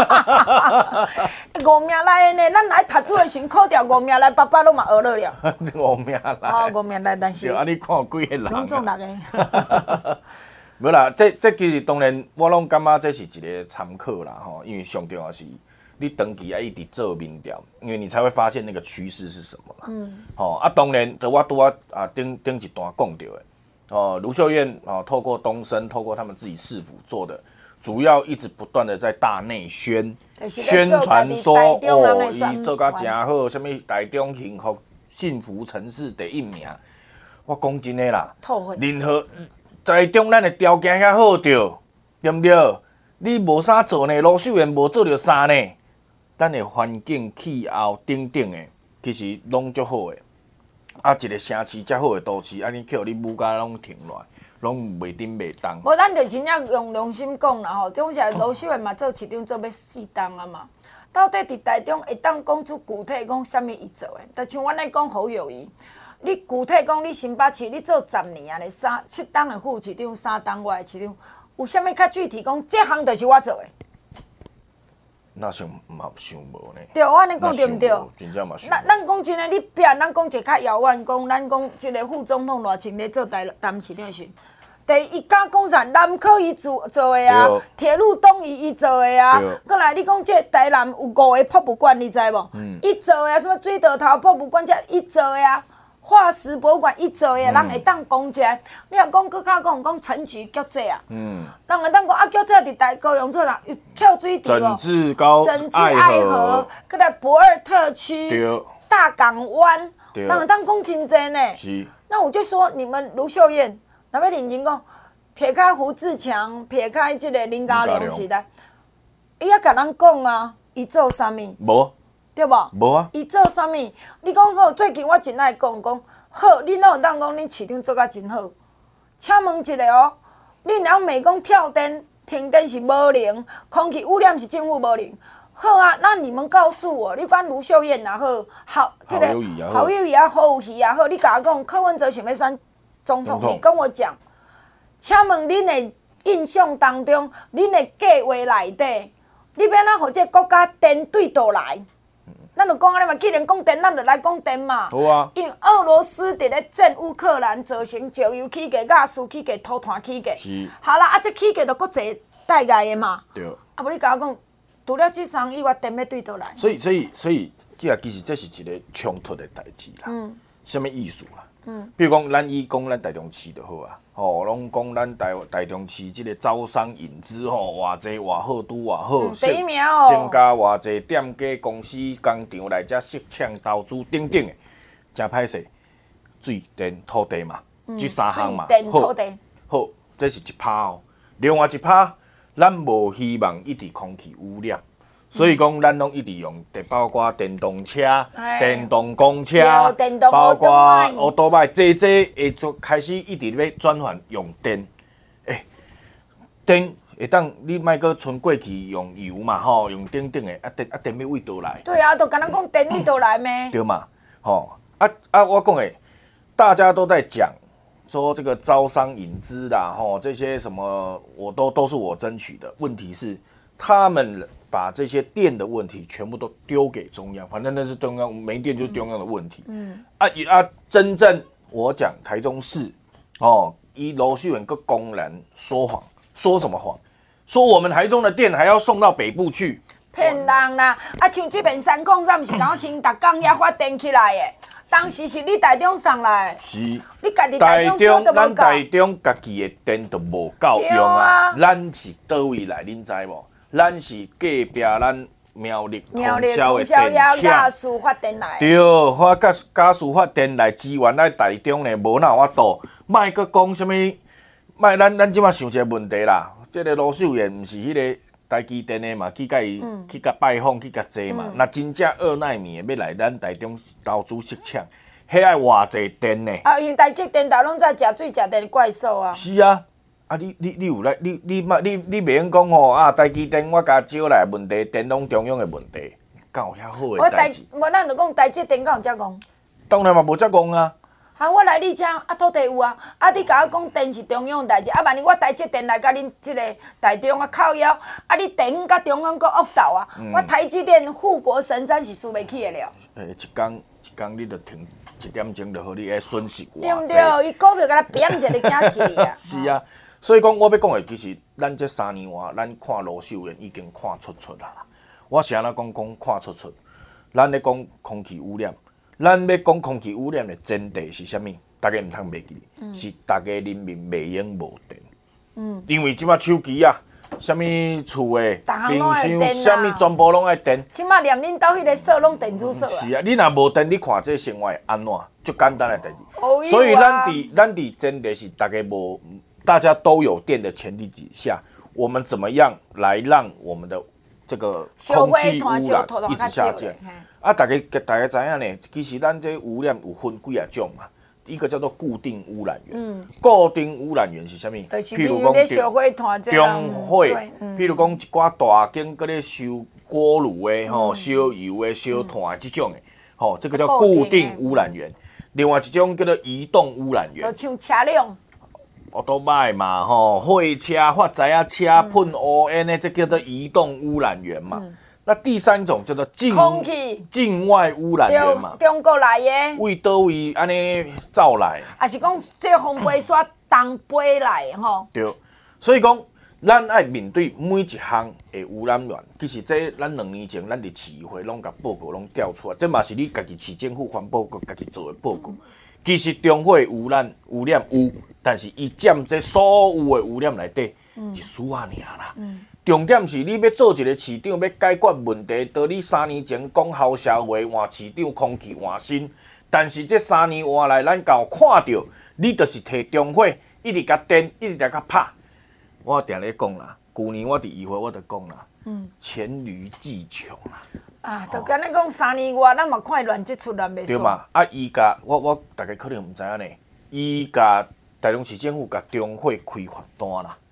Speaker 3: 五名内呢，咱来读书的时阵考掉五名内，爸爸拢嘛学了了。
Speaker 4: 五名内。
Speaker 3: 哦，五名内，但是。
Speaker 4: 对，啊，你看有几个人？
Speaker 3: 拢中六个。
Speaker 4: 无啦，这这其实当然，我拢感觉这是一个参考啦吼，因为上重要是你长期啊一直做民调，因为你才会发现那个趋势是什么嘛。嗯。吼啊，当然，就我拄啊啊顶顶一段讲到的，哦，卢秀燕哦，透过东升，透过他们自己市府做的，主要一直不断的在大内宣宣传说哦，伊做甲真好，什么台中幸福幸福城市第一名。我讲真的啦，任何。台中咱的条件遐好着，对毋对？你无啥做呢，卢秀燕无做着啥呢？咱的环境、气候等等的，其实拢足好的。啊，一个城市遮好的都市，安尼叫你物价拢停落来，拢袂顶袂当。
Speaker 3: 无，咱就真正用良心讲啦吼，种是卢秀燕嘛做市长做要四当啊嘛。到底伫台中会当讲出具体讲啥物伊做的？就像阮咧讲侯友宜。你具体讲，你新北市你做十年安尼，三七档的副市长，三档我的市长，有啥物较具体讲？这项就是我做的。
Speaker 4: 那想嘛想无呢？
Speaker 3: 对，我安尼讲对毋对？
Speaker 4: 真正嘛想。
Speaker 3: 咱咱讲真诶，你比咱讲一个较遥远，讲咱讲一个副总统偌前咧做台南市长时，第一甲讲啥？南科伊做做的啊，铁路东伊伊做的啊，过来你讲这台南有五个博物馆，你知无？伊、嗯、做的啊，什么水道头博物馆，这伊做的啊。化石博物馆一做的，人会当讲起来。你若讲搁较讲讲陈菊脚这啊，嗯，人会当讲啊脚这伫台高雄做啦，有跳水池
Speaker 4: 整治高
Speaker 3: 整治爱河，搁来博尔特区、大港湾，人会当讲真济呢。是。那我就说，你们卢秀燕，若要认真讲，撇开胡志强，撇开这个林佳龙时代，伊也甲咱讲啊，伊做啥物？
Speaker 4: 无。
Speaker 3: 对无？
Speaker 4: 无啊！
Speaker 3: 伊做啥物？你讲好，最近我真爱讲讲好，恁哪有当讲恁市场做甲真好？请问一下哦，恁若每讲跳灯， 停电是无能，空气污染是政府无能。好啊，那你们告诉我，你讲卢秀燕也好，好，这个郝友宜也好，有戏也好，你甲我讲柯文哲想要选总统，你跟我讲，请问恁的印象当中，恁的计划内底，你要哪互这国家电对倒来？咱就讲安尼嘛，既然讲电，咱就来讲电嘛。
Speaker 4: 好啊。
Speaker 3: 因为俄罗斯伫咧战乌克兰，造成石油起价、亚速起价、土炭起价。
Speaker 4: 是。
Speaker 3: 好啦，啊，这起价就搁侪代价的嘛。
Speaker 4: 对。
Speaker 3: 啊，无你甲我讲。除了这项以外，电要对倒来。
Speaker 4: 所以，所以，所以，其实其实这是一个冲突的代志啦。
Speaker 3: 嗯。
Speaker 4: 什么意思啦？嗯。比如讲，咱以讲咱台中市就好啊。吼，拢讲咱台台中市即个招商引资吼，偌济偌好，拄偌好。
Speaker 3: 嗯、第一名哦。
Speaker 4: 增加偌济店家公司工厂来遮设厂投资等等的，真歹势。水电土地嘛，这三项嘛。
Speaker 3: 水电土地。
Speaker 4: 好，这是一趴哦。另外一趴。咱无希望一直空气污染，所以讲咱拢一直用，包括电动车、电动公车，包括奥多麦，这这会就开始一直要转换用电。诶，电会当你莫阁剩过去用油嘛吼，用等等的，啊电啊电要位倒来？
Speaker 3: 对啊，都敢若讲电位倒来咩？
Speaker 4: 对嘛，吼啊啊！我讲诶，大家都在讲。说这个招商引资啦，吼这些什么我都都是我争取的。问题是他们把这些电的问题全部都丢给中央，反正那是中央没电就是中央的问题。嗯啊啊，真正我讲台中市哦，以罗秀远个公然说谎，说什么谎？说我们台中的电还要送到北部去，
Speaker 3: 骗人啦！啊，像这边三矿山不是讲兴达港也发电起来的。当时是你台中送来，
Speaker 4: 是，
Speaker 3: 你家己台中收都无够。
Speaker 4: 咱台中家己的电都无够用啊！咱是倒位来，恁知无？咱是隔壁咱苗栗通宵的电
Speaker 3: 厂，发电来。
Speaker 4: 对，发加加速发电来支援咱台中呢，无哪有法度。莫阁讲什么？莫咱咱即马想一个问题啦，这个罗秀燕毋是迄个。台积电的嘛，去甲伊、嗯、去甲拜访，去甲坐嘛。那、嗯、真正二奈米的要来咱台中投资设厂，迄爱偌济电呢？
Speaker 3: 啊，因为台积电大拢在食水食电怪兽啊。
Speaker 4: 是啊，啊你你你有来，你你嘛你你袂用讲吼啊，台积电我甲招来问题，电拢中央的问题，敢有遐好的代志？
Speaker 3: 无咱就讲台积电敢有遮讲？
Speaker 4: 当然嘛无遮讲啊。
Speaker 3: 啊，我来你遮啊，土地有啊，啊，你甲我讲电是中央代志，啊，万一我台积电来甲恁即个台中啊靠腰，啊，你电甲中央搁恶斗啊，嗯、我台积电护国神山是输袂起的了。
Speaker 4: 诶、欸，一工一工你着停一点钟，就互你诶损失偌济。
Speaker 3: 对毋对？伊股票甲咱贬一个惊死你啊！
Speaker 4: 是啊，所以讲我要讲的，其实咱这三年外，咱看罗秀燕已经看出出啦。我是安怎讲讲看出出，咱咧讲空气污染。咱要讲空气污染的前提是啥物？大家毋通袂记，嗯、是大家人民袂用无电。嗯，因为即马手机啊，啥物厝的冰箱，啥物全部拢爱电。
Speaker 3: 即马连恁兜迄个锁拢电子锁啊。
Speaker 4: 是啊，你若无电，你看这生活会安怎？就简单的代志。
Speaker 3: 哦、
Speaker 4: 所以咱伫咱伫前提是大家无，大家都有电的前提底下，我们怎么样来让我们的这个空气污染一直下降？啊，大家大家知影呢，其实咱这污染有分几啊种嘛，一个叫做固定污染源。嗯、固定污染源是啥物？
Speaker 3: 譬如讲烧火炭这
Speaker 4: 中火，嗯、譬如讲一寡大间搁咧烧锅炉的吼、嗯、烧油的、烧炭这种的，吼、这个叫固定污染源。另外一种叫做移动污染源，
Speaker 3: 就像车辆。
Speaker 4: 奥多麦嘛，吼，货车、发财啊车喷乌烟的，这叫做移动污染源嘛。嗯那第三种叫做境
Speaker 3: 空气
Speaker 4: 境外污染源嘛，
Speaker 3: 中国来的，
Speaker 4: 为倒位安尼走来，
Speaker 3: 还是讲这风飞沙东飞来吼？
Speaker 4: 对，所以讲咱爱面对每一项的污染源，其实这咱两年前咱伫市议会拢甲报告拢调出来，这嘛是你家己市政府环保局家己做的报告。其实中火污染污染有，但是伊占这所有的污染内底一丝啊尔啦。嗯重点是你要做一个市长，要解决问题。到你三年前讲好社会换市长，空气换新，但是这三年换来，咱敢有看到你就是摕中火，一直甲电，一直甲甲拍。我定咧讲啦，去年我伫议会我就讲啦，嗯，黔驴技穷啦。
Speaker 3: 啊，就敢若讲三年外，咱嘛看伊乱即出乱袂煞。
Speaker 4: 对嘛？啊，伊甲我我大家可能毋知影呢，伊甲台中市政府甲中火开罚单啦。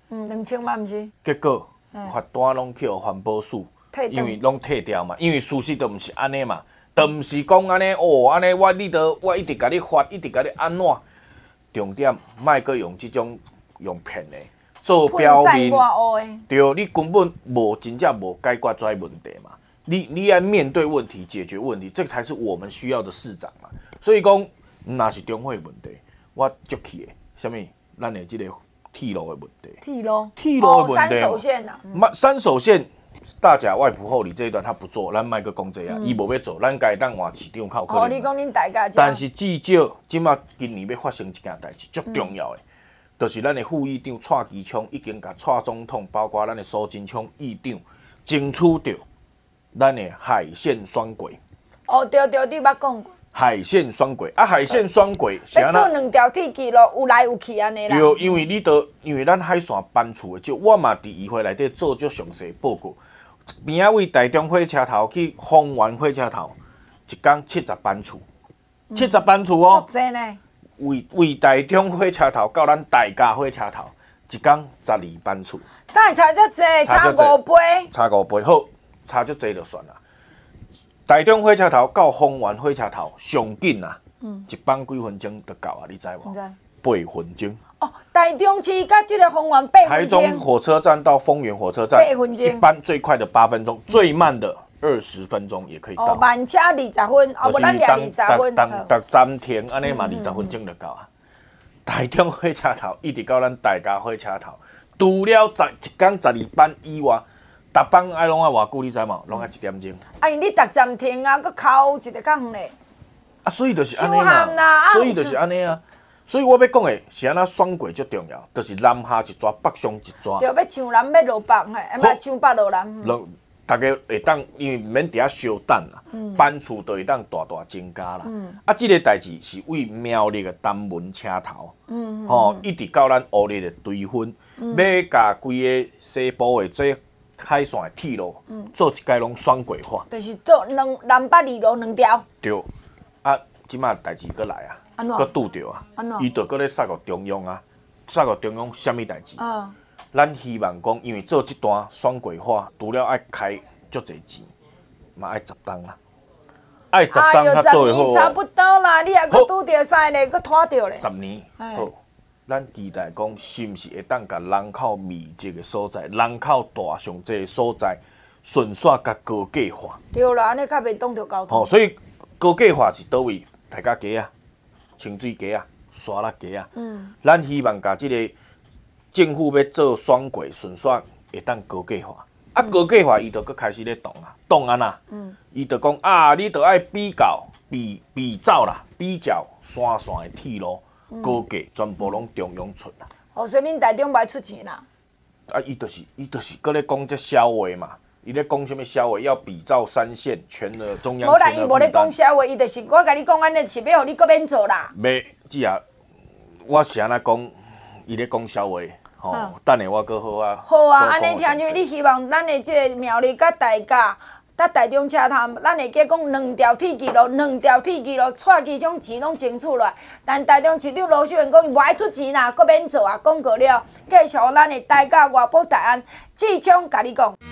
Speaker 3: 嗯，两千嘛，毋是？
Speaker 4: 结果罚单拢去互环保署，因为拢退掉嘛，因为事实都毋是安尼嘛，都毋是讲安尼哦，安尼我你都我一直甲你罚，一直甲你安怎？重点莫阁用即种用骗的做表面，对，你根本无真正无解决这问题嘛。你你要面对问题，解决问题，这才是我们需要的市长嘛。所以讲，若是中火的问题，我足气的，什么？咱的这个铁路的问题。
Speaker 3: 铁路。
Speaker 4: 铁路的问题。
Speaker 3: 三手线呐。
Speaker 4: 嘛，三手线大甲外埔后里这一段他不做，咱莫阁讲这啊，伊无要做，咱家当换市长靠可能。
Speaker 3: 哦，你讲恁大家。
Speaker 4: 但是至少即马今年要发生一件代志，足重要的。就是咱的副议长蔡其昌已经甲蔡总统，包括咱的苏贞昌议长争取到咱的海线双轨。
Speaker 3: 哦，对对，你捌讲过。
Speaker 4: 海线双轨啊，海线双轨是
Speaker 3: 安怎？要做两条铁轨咯，有来有去安尼啦。
Speaker 4: 对，因为你得，因为咱海线班厝的少，我嘛伫议会内底做足详细报告。边仔位台中火车头去丰原火车头，一天七十班厝，七十班厝哦。
Speaker 3: 足济呢。
Speaker 4: 为为台中火车头到咱大甲火车头，一天十二班厝。
Speaker 3: 等下差足济，差五倍。
Speaker 4: 差五倍，好，差足济就算啦。台中火车头到丰原火车头上紧啊，嗯、一班几分钟就到啊，你知无？八分钟。
Speaker 3: 哦，台中市甲这个丰原八分钟。
Speaker 4: 台中火车站到丰原火车站
Speaker 3: 八分钟，
Speaker 4: 一班最快的八分钟，最慢的二十分钟也可以到。
Speaker 3: 哦，慢车二十分，哦，无咱俩二十分。
Speaker 4: 当当暂停，安尼嘛二十分钟就到啊。台中火车头一直到咱大甲火车头，除了十一天十二班以外，逐班爱拢爱偌久，你知嘛？拢爱一点钟。
Speaker 3: 啊，因你逐站停啊，佮扣一个工咧。
Speaker 4: 啊，所以就是安尼嘛，所以就是安尼啊。所以我要讲的是安那双轨最重要，就是南下一抓，北上一抓。
Speaker 3: 对，要像南要落北嘿，啊嘛像北落南。
Speaker 4: 大家会当，因为毋免伫遐烧等啦，嗯、班次就会当大大增加啦。嗯、啊，即、這个代志是为苗栗的丹门车头，吼、嗯哦，一直到咱乌日的堆分，嗯、要甲规个西部的这海线的铁路，嗯、做一届拢双轨化。
Speaker 3: 就是做两南北二路两条。
Speaker 4: 对，啊，即马代志搁来啊，搁拄着啊，伊就搁咧杀到中央啊，杀到中央什么代志？啊咱希望讲，因为做这段双轨化，除了爱开足侪钱，嘛爱十档啦，爱十档较做会好。哎呦，
Speaker 3: 差不多啦，你也搁拄着三个，搁拖着咧。
Speaker 4: 十年，好，咱期待讲，是毋是会当甲人口密集的所在、人口大上济的所在，顺续甲高架化？
Speaker 3: 对啦，安尼较袂挡着交通。
Speaker 4: 哦，所以高架化是倒位？大家街啊，清水街啊，沙拉街啊。嗯。咱希望甲即个。政府要做双轨，顺续会当高架化，啊，高架化伊就搁开始咧动啊，动啊呐，伊就讲啊，你着爱比较比比照啦，比较山线的铁路高架全部拢中央出啦。
Speaker 3: 哦，所以恁台中歹出钱啦。
Speaker 4: 啊，伊就是伊就是搁咧讲这消话嘛，伊咧讲什么消话？要比照三线全额中央。
Speaker 3: 无啦，伊无咧讲消话，伊就是我甲你讲安尼，是要互你搁免做啦。
Speaker 4: 袂，只啊，我是安那讲，伊咧讲消话。吼，等下我搁好啊。
Speaker 3: 好啊，安尼听就你希望咱的这个苗栗甲大甲、甲台中车站，咱会记讲两条铁轨路，两条铁轨路，蔡其昌钱拢争取来。但台中市长罗秀燕讲伊无爱出钱啦，搁免做啊，讲过了。继续咱的大甲外埔大安，志昌甲你讲。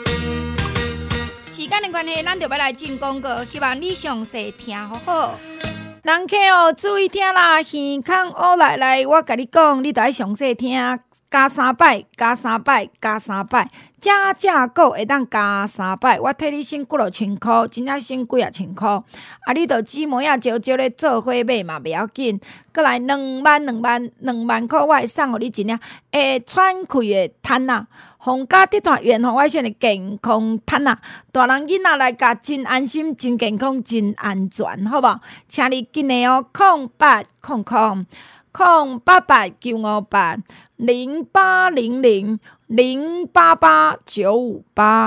Speaker 7: 时间的关系，咱就要来进广告，希望你详细听好好。
Speaker 3: 人客哦，注意听啦！耳孔乌来来，我甲你讲，你着爱详细听。加三摆，加三摆，加三摆，正正个会当加三摆。我替你省几落千箍，真正省几啊千箍。啊，你着姊妹啊，招招咧做伙买嘛，袂要紧。过来两万、两万、两万箍，我会送互你一领会喘气的毯啊。皇家集团原红外线的健康毯啊，大人囡仔来甲真安心、真健康、真安全，好无？请你紧的哦，空八空空空八八九五八。零八零零零八八九五八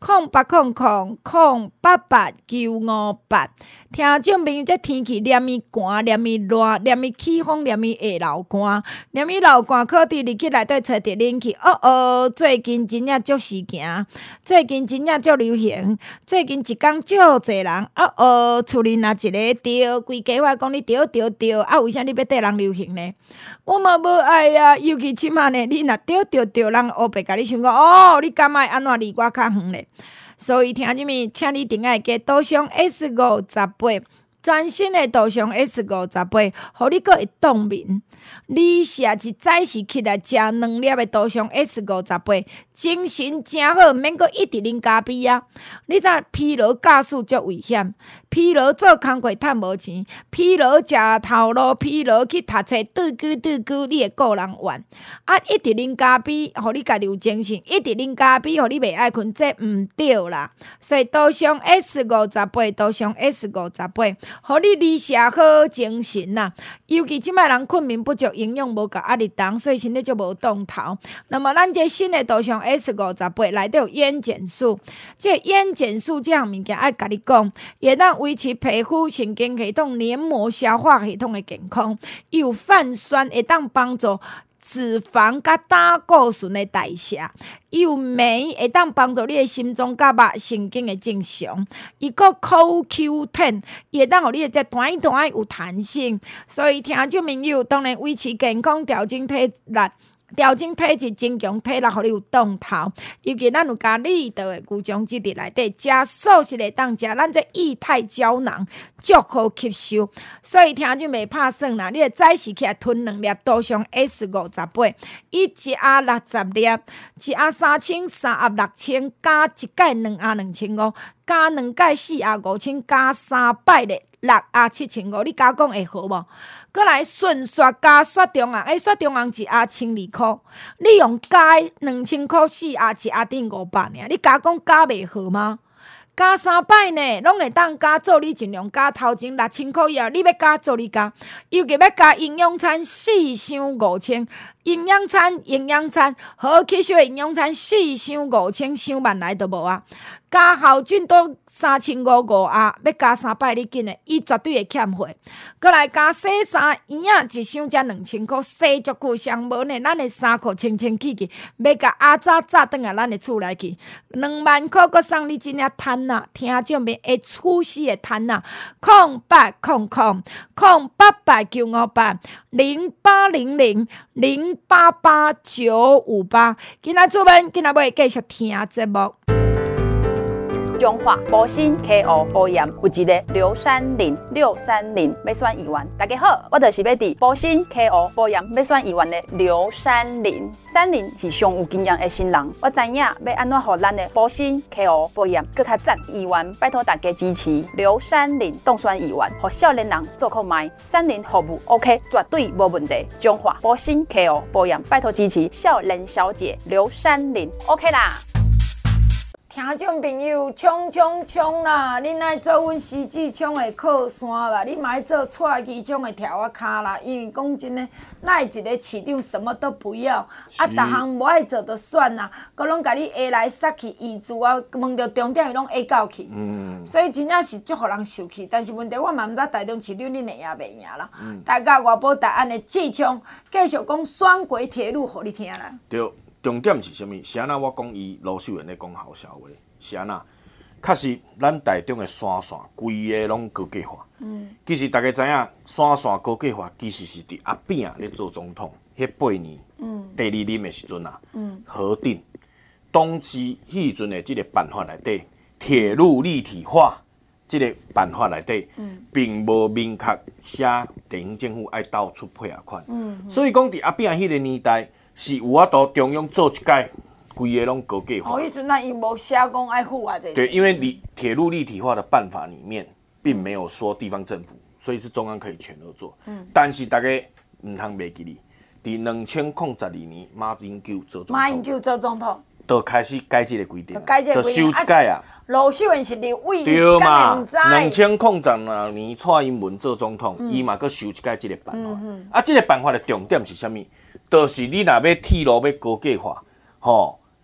Speaker 3: 空八空空空八八九五八。听众朋友，这天气黏伊寒，黏伊热，黏伊起风，黏伊会流汗，黏伊流汗，可伫入去内底吹着冷气。哦哦，最近真正足时行，最近真正足流行，最近一工足侪人。哦哦，厝里若一个着，规家话讲你着着着，啊，为啥你要缀人流行呢？我嘛无爱啊，尤其即满呢，你若着着着，人黑白甲你想讲，哦，你敢爱安怎离我较远咧？所以听入面，请你定爱加多上 S 五十八，全新的多上 S 五十八，互你阁会冻眠。你食一早时起来食两粒的多上 S 五十八，精神真好，免阁一直啉咖啡啊！你知疲劳驾驶足危险，疲劳做工课趁无钱，疲劳食头路，疲劳去读册，对句对句，你会个人怨。啊，一直啉咖啡，互你家己有精神；一直啉咖啡，互你袂爱困，这毋对啦。所以多上 S 五十八，多上 S 五十八，互你理社好精神呐。尤其即摆人困眠不足，营养无够，压力重，所以身体就无动头。那么咱这新的多上 S 五十八内底有烟碱素，这烟碱素这项物件爱甲你讲，会当维持皮肤、神经系统、黏膜、消化系统的健康。伊有泛酸，会当帮助脂肪甲胆固醇的代谢。伊有镁，会当帮助你的心脏甲肉神经的正常。伊个 Q Q 十， 伊会当互你的这弹弹有弹性。所以听众朋友，当然维持健康，调整体力。调整体质，增强体力，互你有动头。尤其咱有加力道的牛樟芝伫内底，食素食会当食，咱这液态胶囊足好吸收。所以听就袂拍算啦，你会早时起来吞两粒多上 S 五十八，伊一盒六十粒，一盒三千，三盒六千，加一盖两盒两千五，加两盖四盒五千，加三百咧。六盒七千五，你加讲会好无？过来顺刷加刷中红，诶，刷中红一盒千二箍，你用加两千箍四盒，一盒顶五百尔，你加讲加袂好吗？加三百呢，拢会当加做，你尽量加头前六千箍以后，你要加做你加，尤其要加营养餐四箱五千，营养餐营养餐好吸收的营养餐四箱五千，想万来都无啊！加校准都三千五五盒，要加三百你紧的，伊绝对会欠货。过来加洗衫衣啊，一箱才两千箍，洗足久上无呢，咱的衫裤清清气气，要甲阿早早转来咱的厝内去，两万箍阁送你真正趁啊！听众朋友会出事的趁啊！空八空空空八八九五八零八零零零八八九五八，今仔出门，今仔要继续听节目。
Speaker 8: 中华保鲜 K O 保养有一个刘山林六三零要选议员，大家好，我就是要伫保鲜 K O 保养要选议员的刘山林。山林是上有经验的新人，我知影要安怎互咱的保鲜 K O 保养更较赞。议员拜托大家支持刘山林当选议员，互少年人做购买，山林服务 OK， 绝对无问题。中华保鲜 K O 保养拜托支持少年小姐刘山林 OK 啦。
Speaker 3: 听众朋友，冲冲冲啦！恁爱做阮狮子冲的靠山啦，你嘛爱做蔡机冲的跳啊骹啦。因为讲真诶，咱一个市长什么都不要，啊，逐项无爱做就算啦，佮拢甲你下来杀去遗珠啊，问到重点伊拢下到去。嗯。所以真正是足互人受气，但是问题我嘛毋知台中市长恁会赢袂赢啦。嗯。大家外保大安的志冲，继续讲选过铁路，互你听啦。
Speaker 4: 对。重点是啥物？是安那我讲伊罗秀元咧讲好笑话，是安那？确实，咱台中的山线规个拢高计划。嗯。其实大家知影，山线高计划其实是伫阿扁咧做总统，迄八年，嗯，第二任的时阵啊，嗯，核定当时迄阵的即个办法内底，铁路立体化即个办法内底，嗯，并无明确写地方政府爱倒出配合款。嗯。所以讲伫阿扁迄个年代。是有法度中央做一届，规个拢高计划。哦，
Speaker 3: 迄阵咱伊无写讲爱付啊这。
Speaker 4: 对，因为立铁路立体化的办法里面，并没有说地方政府，所以是中央可以全额做。嗯。但是大家唔通袂记哩，伫两千零十二年马英九做总统，
Speaker 3: 马英九做总统，
Speaker 4: 就开始改这个规定，
Speaker 3: 改这个规定，
Speaker 4: 就修一届啊。
Speaker 3: 罗秀元是立委，
Speaker 4: 对嘛？两千零十二年蔡英文做总统，伊嘛搁修一届这个办法。嗯嗯、啊，这个办法的重点是啥物？就是你若要铁路要高计划，吼，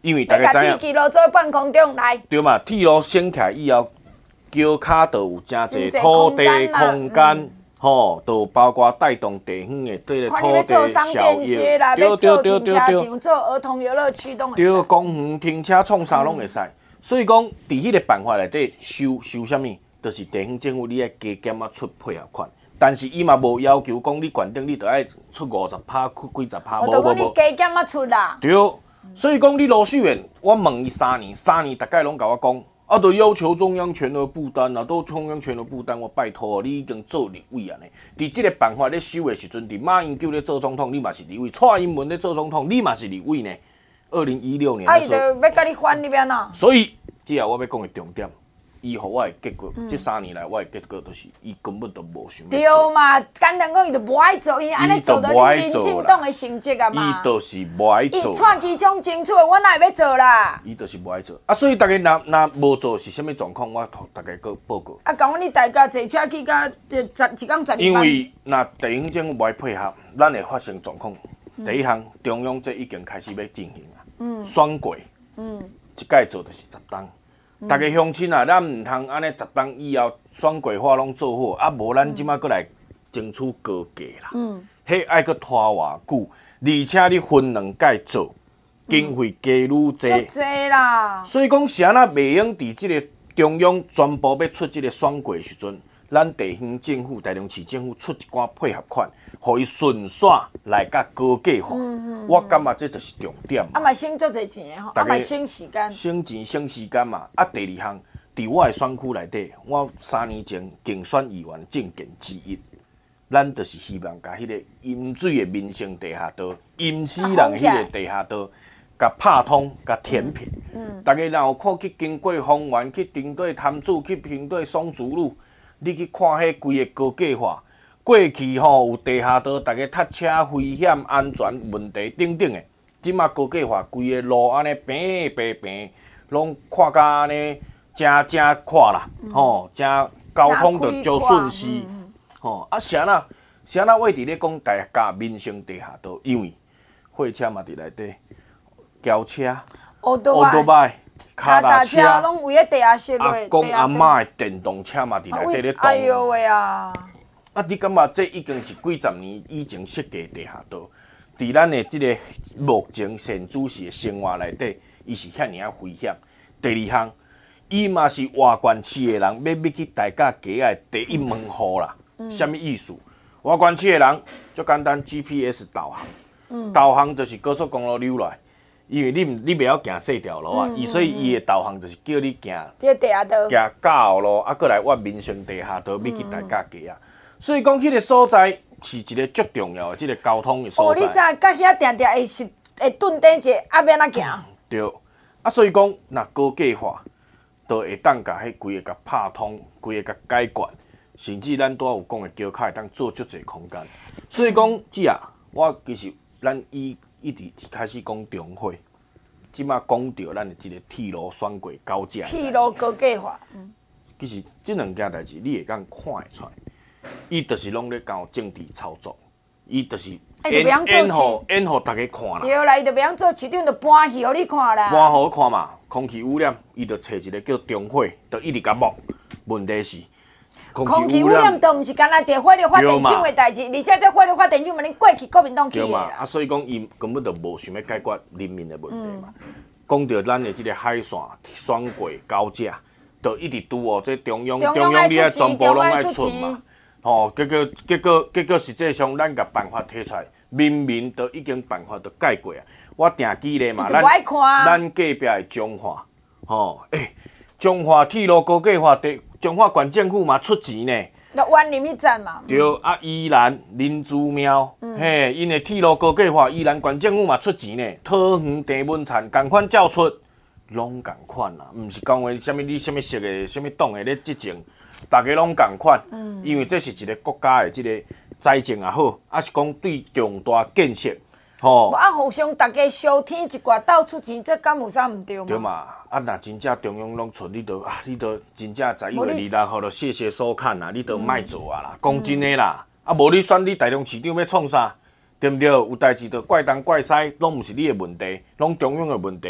Speaker 4: 因为大家知
Speaker 3: 影，铁路做半空中来，
Speaker 4: 对嘛？铁路升起来以后，桥骹就有真侪土地空间，吼，都包括带动地方的这个土地效益。
Speaker 3: 对对对对对，做儿童游乐区都会。
Speaker 4: 对，公园停车创啥拢会使。所以讲，伫迄个办法内底收收啥物，就是地方政府你爱加减啊出配合款。但是伊嘛无要求讲你悬定你着爱出五十趴、几十趴，无无无。
Speaker 3: 你加减啊出啦。
Speaker 4: 对，所以讲你罗秀远，我问伊三年，三年大概拢甲我讲，啊，都要求中央全额负担啊，都中央全额负担，我拜托你已经做立委啊呢。伫即个办法咧收的时阵，伫马英九咧做总统，你嘛是立委；蔡英文咧做总统，你嘛是立委呢。二零一六年，
Speaker 3: 啊，伊就要甲你翻那边呐。
Speaker 4: 所以，之后我要讲的重点，伊互我的结果，这、嗯、三年来我的结果就是，伊根本都无想要做。
Speaker 3: 对嘛，简单讲，伊就无爱做，伊安尼做到你民进党的成绩啊嘛。
Speaker 4: 伊就是无爱做。
Speaker 3: 伊串机枪争取，我哪会要做啦？
Speaker 4: 伊就是无爱做。啊，所以大家若若无做是啥物状况，我同大家个报告。
Speaker 3: 啊，讲你大家坐车去到十一港十二班。
Speaker 4: 因为若地方政府无爱配合，咱会发生状况。嗯、第一项，中央这已经开始要进行啊。嗯，双轨，嗯，一届做就是十档。大、嗯、家乡亲啊，咱唔通安尼十档以后双轨化拢做好，啊无咱即马过来争取高价啦。嗯，迄爱搁拖偌久，而且你分两届做，经费加愈济。
Speaker 3: 足济啦。所
Speaker 4: 以讲是安那袂用伫即个中央宣布要出即个双轨时阵，咱地方政府、台中市政府出一寡配合款。互伊顺线来甲高价化，嗯嗯、我感觉这就是重点。
Speaker 3: 啊嘛省足侪钱的吼，啊嘛省时间。
Speaker 4: 省钱省时间嘛。啊，第二项，伫我的选区内底，我三年前竞选议员政见之一，咱就是希望甲迄个饮水的民生地下道、饮死人迄个地下道，甲拍通、甲填平。嗯。大家若有看去经过丰原、去顶对潭子、去顶对松竹路，你去看迄规个高架化。过去吼有地下道，大家塞车危险、安全问题等等的。即马高架化，规个路安尼平平平，拢看甲安尼真真快啦，吼、嗯，真交通就足顺序。吼、嗯，啊，啥呐？啥呐？我伫咧讲大家民生地下道，因为货车嘛伫内底，轿车、
Speaker 3: 奥多拜、
Speaker 4: 脚踏车
Speaker 3: 拢为咧地下室落。
Speaker 4: 阿公阿嬷的电动车嘛伫内底咧动。
Speaker 3: 哎呦喂啊！
Speaker 4: 啊！你感觉这已经是几十年以前设计地下道，伫咱的即个目前现主士的生活内底，伊是遐尔啊危险。第二项，伊嘛是外县市的人，要要去大家街的第一门户啦。啥物、嗯、意思？外县市的人足简单 ，G P S 导航，嗯、导航就是高速公路溜来，因为你你袂晓行细条路啊，伊、嗯、所以伊的导航就是叫你行
Speaker 3: 这地下道，
Speaker 4: 行假后路，啊，过来我民生地下道要去大家街啊。嗯所以讲，迄个所在是一个足重要的，即、這个交通的所在。
Speaker 3: 哦，你知，甲遐定定会是会顿底者，啊，要哪行？
Speaker 4: 对，啊，所以讲，若高架化，就会当甲迄规个甲拍通，规个甲解决，甚至咱拄仔有讲的桥骹会当做足侪空间。所以讲，姐啊，我其实咱以一直开始讲中火，即马讲到咱的即个铁路双轨高架。
Speaker 3: 铁路高架化，嗯，
Speaker 4: 其实即两件代志，你会当看会出来。伊就是拢咧搞政治操作，伊就是演演互演互大家看啦。
Speaker 3: 对啦，伊就袂晓做市长，就搬戏互你看啦。
Speaker 4: 搬互我看嘛，空气污染，伊就找一个叫中火，就一直甲摸。问题是，
Speaker 3: 空气污染都毋是干那一个法律发电厂的代志，而且这法律发电厂嘛，恁过去国民党去的啦。
Speaker 4: 啊，所以讲伊根本就无想要解决人民的问题嘛。讲到咱的即个海线双轨高架，就一直拄哦，这中央中央你啊全部拢爱出嘛。哦，结果结果结果实际上，咱甲办法提出来，明明都已经办法都解决啊。我定记咧嘛，咱咱隔壁的中华，吼，诶，中华铁路高架化，地中华县政府嘛出钱呢。
Speaker 3: 那湾林迄站嘛。
Speaker 4: 对，啊，宜兰林珠庙，嘿，因的铁路高架化，宜兰县政府嘛出钱呢。桃园地文产共款照出，拢共款啦，毋是讲话啥物你啥物色的，啥物党的咧执政。大家拢共款，嗯、因为这是一个国家的这个财政也好，还是讲对重大建设，吼、哦。
Speaker 3: 啊，互相大家相天一挂斗出钱，这敢有啥毋对吗？
Speaker 4: 对嘛，啊，若真正中央拢出，你都啊，你都真正十一月二十号就谢谢收看啦，你都莫做啊啦，讲、嗯、真诶啦，啊，无你选你台中市长要创啥，对毋对？有代志就怪东怪西，拢毋是你的问题，拢中央的问题。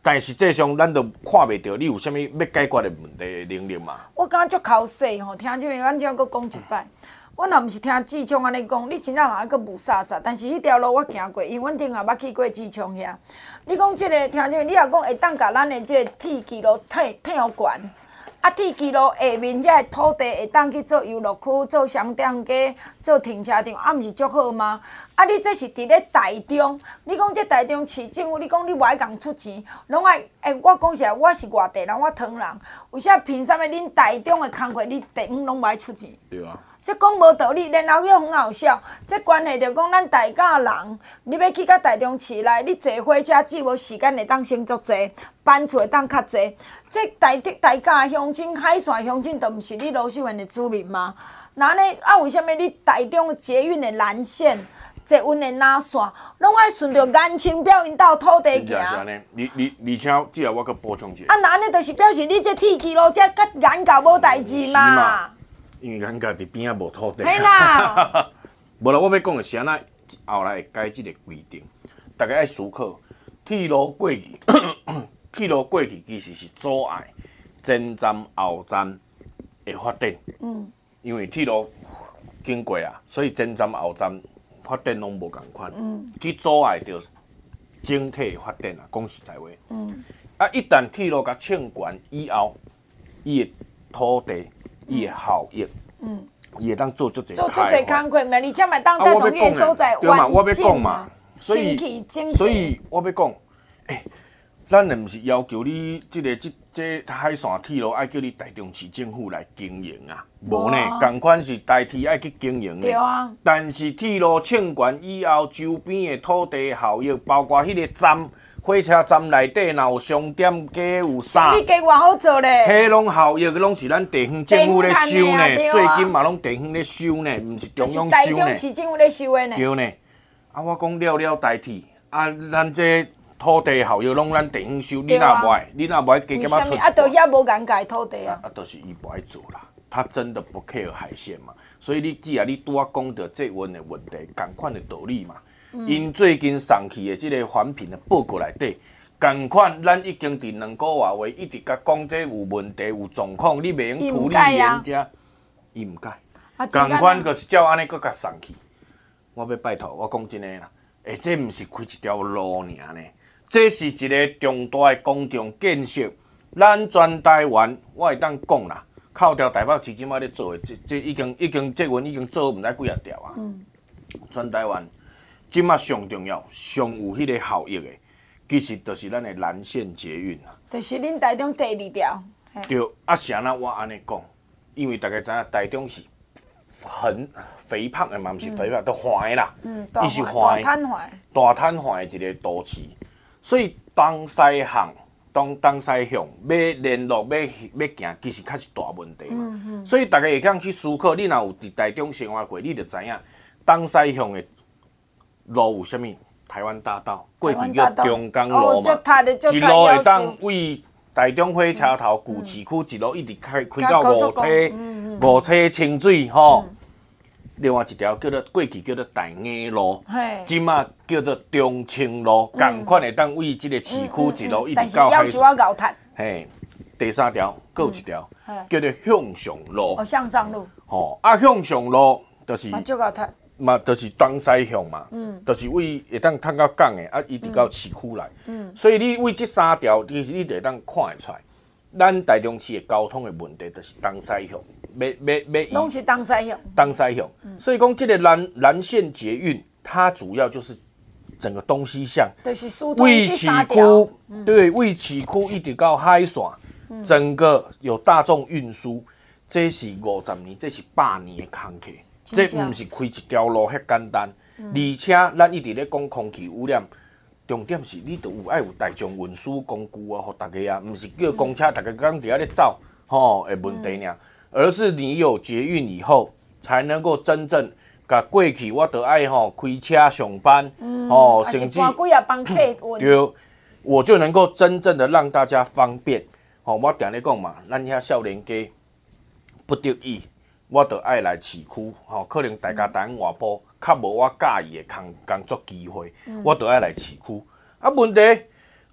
Speaker 4: 但实际上咱都看袂到你有啥物要解决的问题的能力嘛。
Speaker 3: 我感觉足考细吼，听这边咱怎搁讲一摆。我若毋是听志昌安尼讲，你真正嘛搁无啥啥，但是迄条路我行过，因为阮顶下捌去过志昌遐。你讲即、这个听这边，你若讲会当甲咱的即个铁基路挺挺好悬，啊铁基路下面遮个土地会当去做游乐区、做商店街、做停车场，啊毋是足好吗？啊你这是伫咧台中，你讲这台中市政府，你讲你无爱共出钱，拢爱诶、欸，我讲实在，我是外地人，我唐人，为啥凭啥物恁台中的工课你地方拢无爱出钱？
Speaker 4: 对啊。
Speaker 3: 这讲无道理，然后又很好笑。这关系着讲，咱大家人，你要去到台中市内，你坐火车只无时间会当先足济，班次会当较济。这大大家乡亲、海线乡亲，都毋是你罗秀园的居民吗？那呢？啊，为什么你台中捷运的蓝线、捷运的哪线，拢爱顺着眼青表因到土地行？
Speaker 4: 是安尼，你你而且只要我搁补充一下。
Speaker 3: 啊，那安尼就是表示你这铁基路遮甲眼搞无代志嘛。
Speaker 4: 因为咱家伫边仔无土地。
Speaker 3: 嘿啦。
Speaker 4: 无啦，我要讲的是安那后来会改即个规定，大家爱思考，铁路过去，铁路过去其实是阻碍前站后站的发展。嗯。因为铁路经过啊，所以前站后站发展拢无共款，嗯，去阻碍着整体的发展啊。讲实在话，嗯。啊，一旦铁路甲串悬以后，伊的土地。伊的效益，嗯，伊会当做足侪
Speaker 3: 做足侪工课，嘛，而且嘛当带动迄个所在
Speaker 4: 完整
Speaker 3: 嘛，清气整
Speaker 4: 所以我要讲，诶、欸，咱毋是要求你即、这个即即、这个、海线铁路爱叫你台中市政府来经营啊，无呢，同款是台铁爱去经营的。
Speaker 3: 对啊。
Speaker 4: 但是铁路串悬以后，周边的土地效益，包括迄个站。火车站内底若有商店街有啥？
Speaker 3: 你加偌好做咧？
Speaker 4: 迄拢效益，拢是咱地方政府咧收呢，税金嘛拢地方咧收呢，毋是中央收呢。
Speaker 3: 台中市政府咧收的呢。
Speaker 4: 对呢，啊，我讲了了代替，啊，咱这土地效益拢咱地方收，你若无爱，你若无爱加减啊出。
Speaker 3: 啊，到遐无眼界土地啊。
Speaker 4: 啊，就是伊不爱做啦，他真的不 care 海鲜嘛，所以你既然你拄仔讲到这问的问题，同款的道理嘛。因最近送去的即个环评的报告内底，同款咱已经伫两个月话一直甲讲这有问题、有状况，你袂用处理人家，伊毋改。同款就是照安尼搁甲送去。我要拜托，我讲真诶啦，诶，这毋是开一条路尔呢，这是一个重大的公众建设。咱全台湾，我会当讲啦，靠条台北市即摆咧做的，这这已经已经这文已经做毋知几啊条啊。嗯。全台湾。即马上重要、上有迄个效益的，其实就是咱的蓝线捷运啊。
Speaker 3: 就是恁台中第二条。
Speaker 4: 对，啊，是安那我安尼讲，因为大家知影台中是很肥胖的嘛，毋是肥胖，都环的啦。嗯，伊是环的。大
Speaker 3: 摊环。
Speaker 4: 大摊环的一个都市，所以东西向、东东西向要联络、要要行，其实较是大问题嘛。嗯嗯。所以大家会当去思考，你若有伫台中生活过，你就知影东西向的。路有啥物？台湾大道，过去叫中港路嘛，一路会当为台中火车头旧市区一路一直开开到五车，五车清水吼。另外一条叫做过去叫做大雅路，即马叫做中清路，同款会当为即个市区一路一直到海水。嘿，第三条，搁有一条叫做向上路。
Speaker 3: 哦，向上路。
Speaker 4: 吼，啊向上路就是。
Speaker 3: 嘛，足高摊。
Speaker 4: 嘛，就是东西向嘛，嗯，就是为会当通到港的，啊，一直到市区来，嗯，所以你为这三条，其实你就会当看会出来，咱台中市的交通的问题，就是东西向，要要要。
Speaker 3: 拢是东西向。
Speaker 4: 东西向，嗯、所以讲这个蓝蓝线捷运，它主要就是整个东西向，
Speaker 3: 就是
Speaker 4: 为市区，嗯、对，为市区一直到海线，嗯、整个有大众运输，这是五十年，这是百年的工课。这毋是开一条路遐简单，嗯、而且咱一直咧讲空气污染，重点是你都有爱有大众运输工具啊，互大家啊，毋是叫公车大家刚伫遐咧走吼的问题尔，嗯、而是你有捷运以后，才能够真正甲过去我都爱吼开车上班，嗯、吼甚至对，我就能够真正的让大家方便。吼，我定咧讲嘛，咱遐少年家不得已。我就爱来市区，吼，可能大家等外埔，较无我介意的工工作机会，嗯、我就爱来市区。啊，问题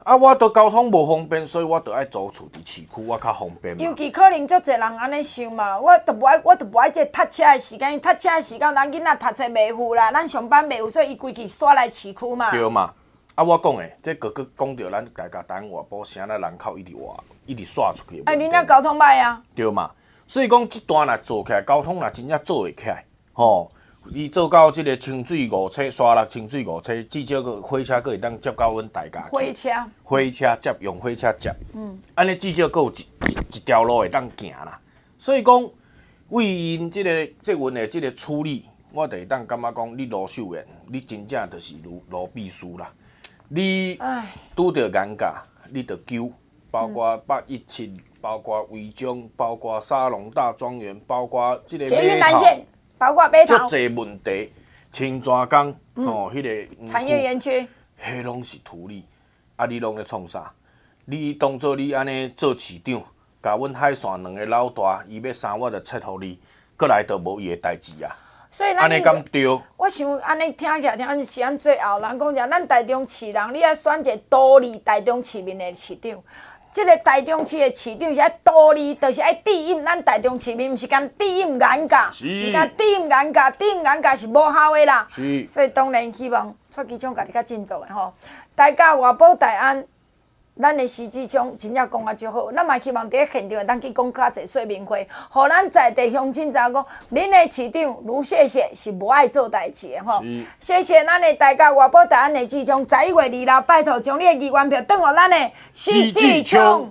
Speaker 4: 啊，我都交通无方便，所以我都爱租厝伫市区，我较方便嘛。
Speaker 3: 尤其可能足侪人安尼想嘛，我都无爱，我都无爱这塞车的时间，塞车的时间，咱囡仔读册袂赴啦，咱上班袂赴，所以伊规气煞来市区嘛。
Speaker 4: 对嘛？啊，我讲诶，这个个讲到咱家家台湾外部省仔人口一直外一直刷出去。
Speaker 3: 哎，恁遐交通歹啊？
Speaker 4: 对嘛？所以讲，即段若做起来，交通若真正做会起来，吼、哦。伊做到即个清水五车，沙鹿清水五车，至少个火车个会当接到阮大家。
Speaker 3: 火车。
Speaker 4: 火车接用火车接。嗯。安尼至少个有一一条路会当行啦。所以讲，为因即、這个即阮的即个处理，我就会当感觉讲，你罗秀妍，你真正就是罗罗秘书啦。你拄着严格，你着救，包括八一七，包括违章，包括沙龙大庄园，包括即个
Speaker 3: 捷运南线。包括码头，
Speaker 4: 足侪问题，青砖港吼，迄个
Speaker 3: 产业园区，
Speaker 4: 迄拢是土地，啊，你拢咧创啥？你当做你安尼做市长，甲阮海线两个老大，伊要删我就切互你，过来就无伊的代志啊。
Speaker 3: 所以
Speaker 4: 安尼敢对？
Speaker 3: 我想安尼听起来，听是咱最后人讲者，咱台中市人，你爱选一个独立台中市民的市长。即个台中市的市长是爱独立，就是爱抵引咱台中市民，毋是干抵引严格，是干抵引严格，抵引严格是无效的啦。
Speaker 4: 是，
Speaker 3: 所以当然希望蔡市长家己较振作的吼，大家外保大安，咱的市市长真正讲啊就好，咱嘛希望伫咧现场会当去讲较侪说明会，互咱在地乡亲知影讲，恁的市长卢谢谢是无爱做代志的吼。谢谢咱的大家外保大安的市长，十一月二六拜托将你的议员票转互咱的市市长。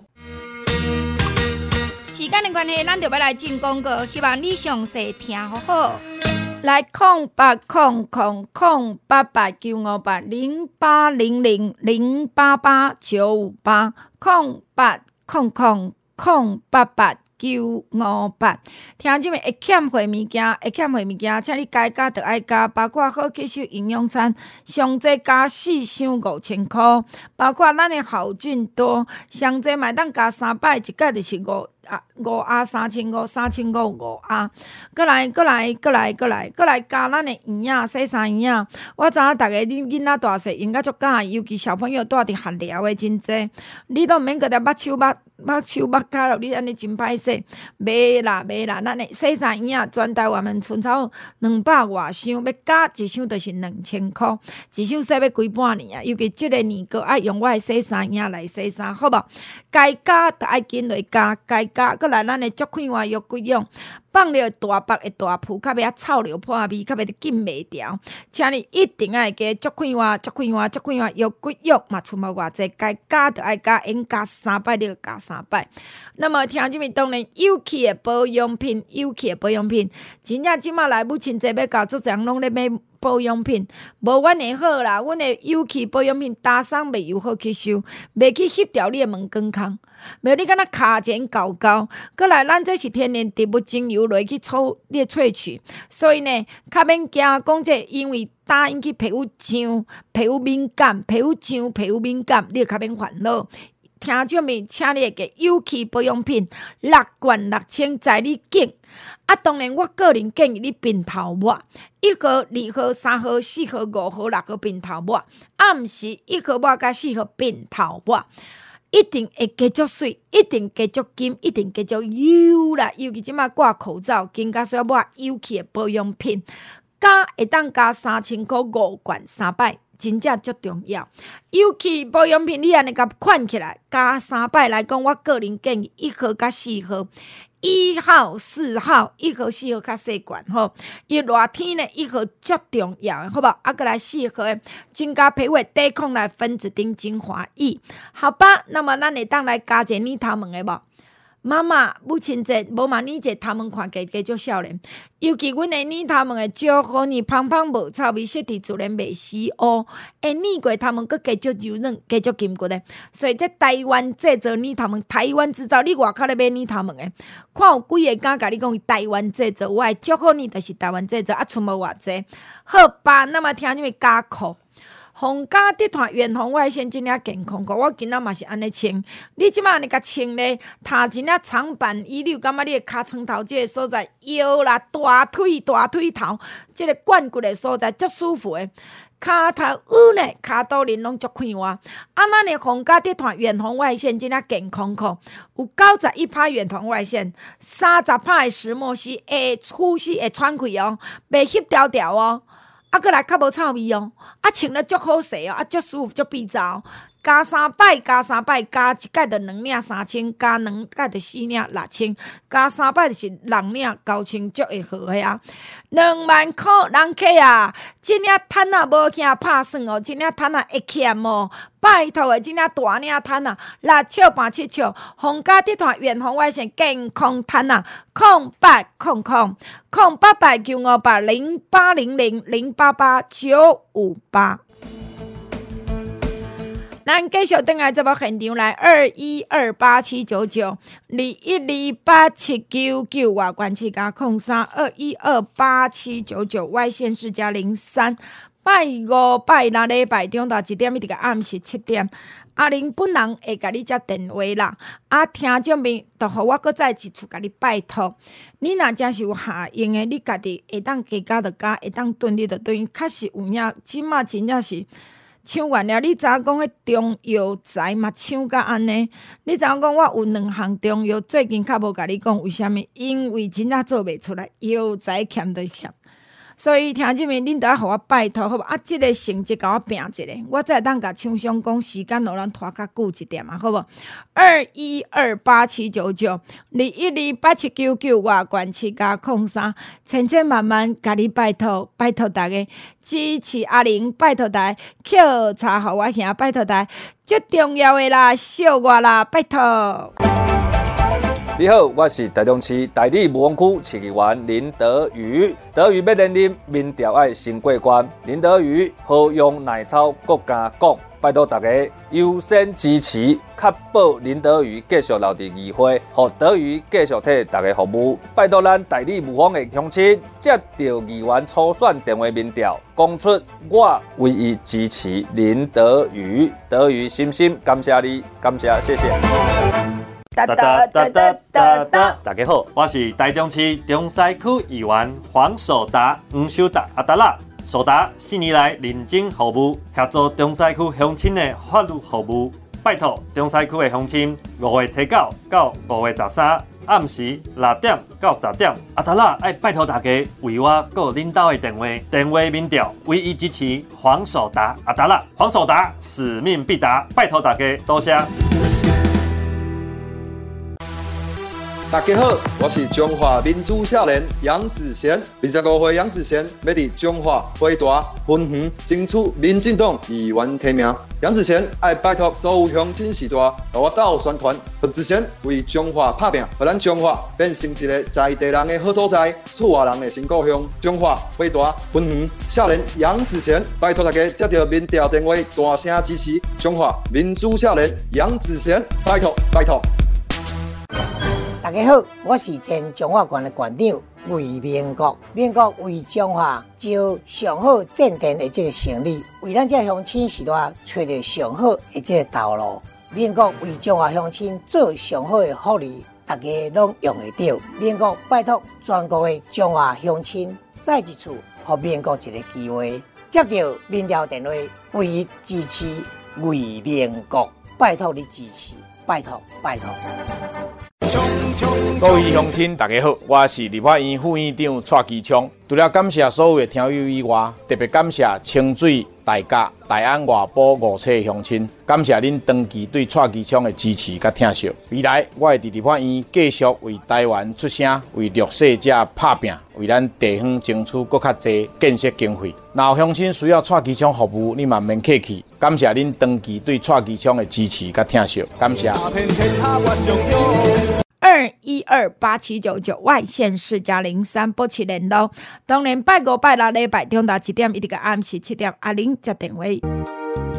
Speaker 7: 时间的关系，咱就要来进广告，希望你详细听好好。
Speaker 3: 来空八空空空八八九五八零八零零零八八九五八空八空空空八八九五八，听即面会欠货物件，会欠货物件，请你该加就爱加，包括好吸收营养餐，上济加四箱五千箍，包括咱的好菌多，上济嘛当加三摆，一届就是五。啊，五盒三千五，三千五五盒，过来，过来，过来，过来，过来加咱的营养，洗衫营养。我知影逐个恁囡仔大细应该足喜，尤其小朋友住伫学寮的真济，你都毋免搁踮目手目目手目骹落，你安尼真歹势。袂啦，袂啦，咱的洗衫营养全台湾们春草两百外箱，要加一箱就是两千箍，一箱洗要几半年啊？尤其即个年糕爱用我的洗衫营养来洗衫，好无？该加就爱紧来加，该。加，搁来咱的竹款花药几样，放了大白的大铺，较袂啊臭了破味，较袂得紧袂掉。请你一定爱加竹款花、竹款花、竹款花药几药嘛，出无偌济，该加就爱加，应加三摆你就加三摆。那么听即面当然有气的保养品，有气的保养品，真正即马来母亲节要到，足侪人拢咧买保养品，无阮的好啦，阮的有气保养品打霜袂油好吸收，袂去翕掉你的毛光孔。袂你敢若骹前厚厚，过来咱这是天然植物精油落去抽你萃取，所以呢，较免惊讲这因为打引起皮肤痒、皮肤敏感、皮肤痒、皮肤敏感，你就较免烦恼。听众们，请你个有气保养品六罐六千，在你拣。啊，当然，我个人建议你平头抹，一盒、二盒、三盒、四盒、五盒、六盒平头抹，啊，毋是一盒抹甲四盒平头抹。一定会加足水，一定加足金，一定加足油啦！尤其即马挂口罩，更加需要抹有气的保养品，加会当加三千箍五罐三摆，真正足重要。有气保养品，你安尼甲款起来，加三摆来讲，我个人建议一盒甲四盒。一号、四号，一盒、四号较细罐吼。伊热天呢，一盒足重要，好不好？啊，过来四盒的增加皮肤抵抗力分子丁精华液，好吧？那么咱会当来加一年头毛的无？妈妈，母亲节无嘛年节头毛看起加足少年，尤其阮的年头毛的少好呢，芳芳无臭味，色地自然袂死乌，会年过头毛佫加足柔软，加足筋骨的。所以这台湾制造年头毛，台湾制造，你外口咧买年头毛的，看有几个敢甲你讲台湾制造，我的足好呢，就是台湾制造，啊，出无偌济。好吧，那么听你们加裤。皇家集团远红外线真领健康裤，我今仔嘛是安尼穿。你即摆安尼甲穿咧，踏真领长版衣，你有感觉你的尻川头即个所在腰啦、大腿、大腿头即个冠骨的所在足舒服的。 骹头有呢，骹肚仁拢足快活。啊，咱的皇家集团远红外线真正健康康，有九十一趴远红外线，三十趴的石墨烯，会呼吸会喘气哦，袂翕条条哦，啊，过来较无臭味哦，啊，穿了足好势哦，啊，足舒服足避躁。加三摆，加三摆，加一摆就两领三千，加两摆就四领六千，加三摆就是六领九千，足会好个啊！两万块人客啊，这领摊啊无惊拍算哦，这领摊啊会欠哦，拜托诶，这领大领摊啊，六笑八七笑，皇家集团远红外线健康摊啊，空八空空空八八九五八零八零零零八八九五八。咱继续登来节目现场来二一二八七九九二一二八七九九外关七加空三二一二八七九九外线是加零三拜五拜六礼拜中到一点一直到暗时七点，阿玲本人会甲你接电话啦。啊，听众面就互我搁再一次甲你拜托，你若真是有下用的，你家己会当加加就加，会当炖你就炖，确实有影，即马真正是。抢完了，你知影讲迄中药材嘛抢甲安尼？你知影讲我有两项中药，最近较无甲你讲为虾米？因为真正做袂出来，药材欠对欠。所以听这面，恁都要互我拜托，好无？啊，即、这个成绩甲我拼一个，我才当甲厂商讲时间，互咱拖较久一点嘛，好无？二一二八七九九二一二八七九九外关七加空三，千千万万甲你拜托，拜托大家支持阿玲，拜托大家抾茶互我兄，拜托大家最重要的啦，小我啦，拜托。
Speaker 6: 你好，我是台中市大理木工区市议员林德瑜。德瑜要连任民调爱先过关，林德瑜好用奶草国家讲，拜托大家优先支持，确保林德瑜继续留伫议会，互德瑜继续替大家服务。拜托咱大理木工的乡亲接到议员初选电话民调，讲出我唯一支持林德瑜。德瑜深深感谢你，感谢，谢谢。
Speaker 3: 哒哒哒哒哒哒！
Speaker 9: 大家好，我是台中市中西区议员黄守达、黄守达阿达拉。守达四年来认真服务，协助中西区乡亲的法律服务。拜托中西区的乡亲，五月初九到五月十三暗时六点到十点，阿达拉爱拜托大家为我个领导的电话电话民调，唯一支持黄守达阿达拉。黄守达使命必达，拜托大家多谢。
Speaker 10: 大家好，我是中华民主少年杨子贤。二十五岁杨子贤要伫中华回大分园争取民进党议员提名。杨子贤爱拜托所有乡亲时代，和我斗宣传，杨子贤为中华打拼，让咱中华变成一个在地人的好所在，厝外人的新故乡。中华回大分园少年杨子贤，拜托大家接到民调电话，大声支持中华民主少年杨子贤，拜托拜托。
Speaker 11: 大家好，我是前中华县的县长魏明国。民国为中华招上好建店的这个成立，为咱这乡亲时代找到上好的这个道路。民国为中华乡亲做上好的福利，大家拢用得到。民国拜托全国的中华乡亲，再一次给民国一个机会，接到民调电话，唯一支持魏明国，拜托你支持，拜托拜托。
Speaker 5: 各位乡亲，大家好，我是立法院副院长蔡其昌。除了感谢所有的听友以外，特别感谢清水、大甲、大安外埔五处的乡亲，感谢恁长期对蔡其昌的支持甲疼惜。未来我会伫立法院继续为台湾出声，为弱势者拍拼，为咱地方争取更较侪建设经费。若有乡亲需要蔡其昌服务，你嘛免客气。感谢恁长期对蔡其昌的支持甲疼惜，感谢。
Speaker 3: 二一二八七九九外线是加零三保持联络。当然拜五拜六礼拜中到一点一直到暗时七点，阿玲接电话。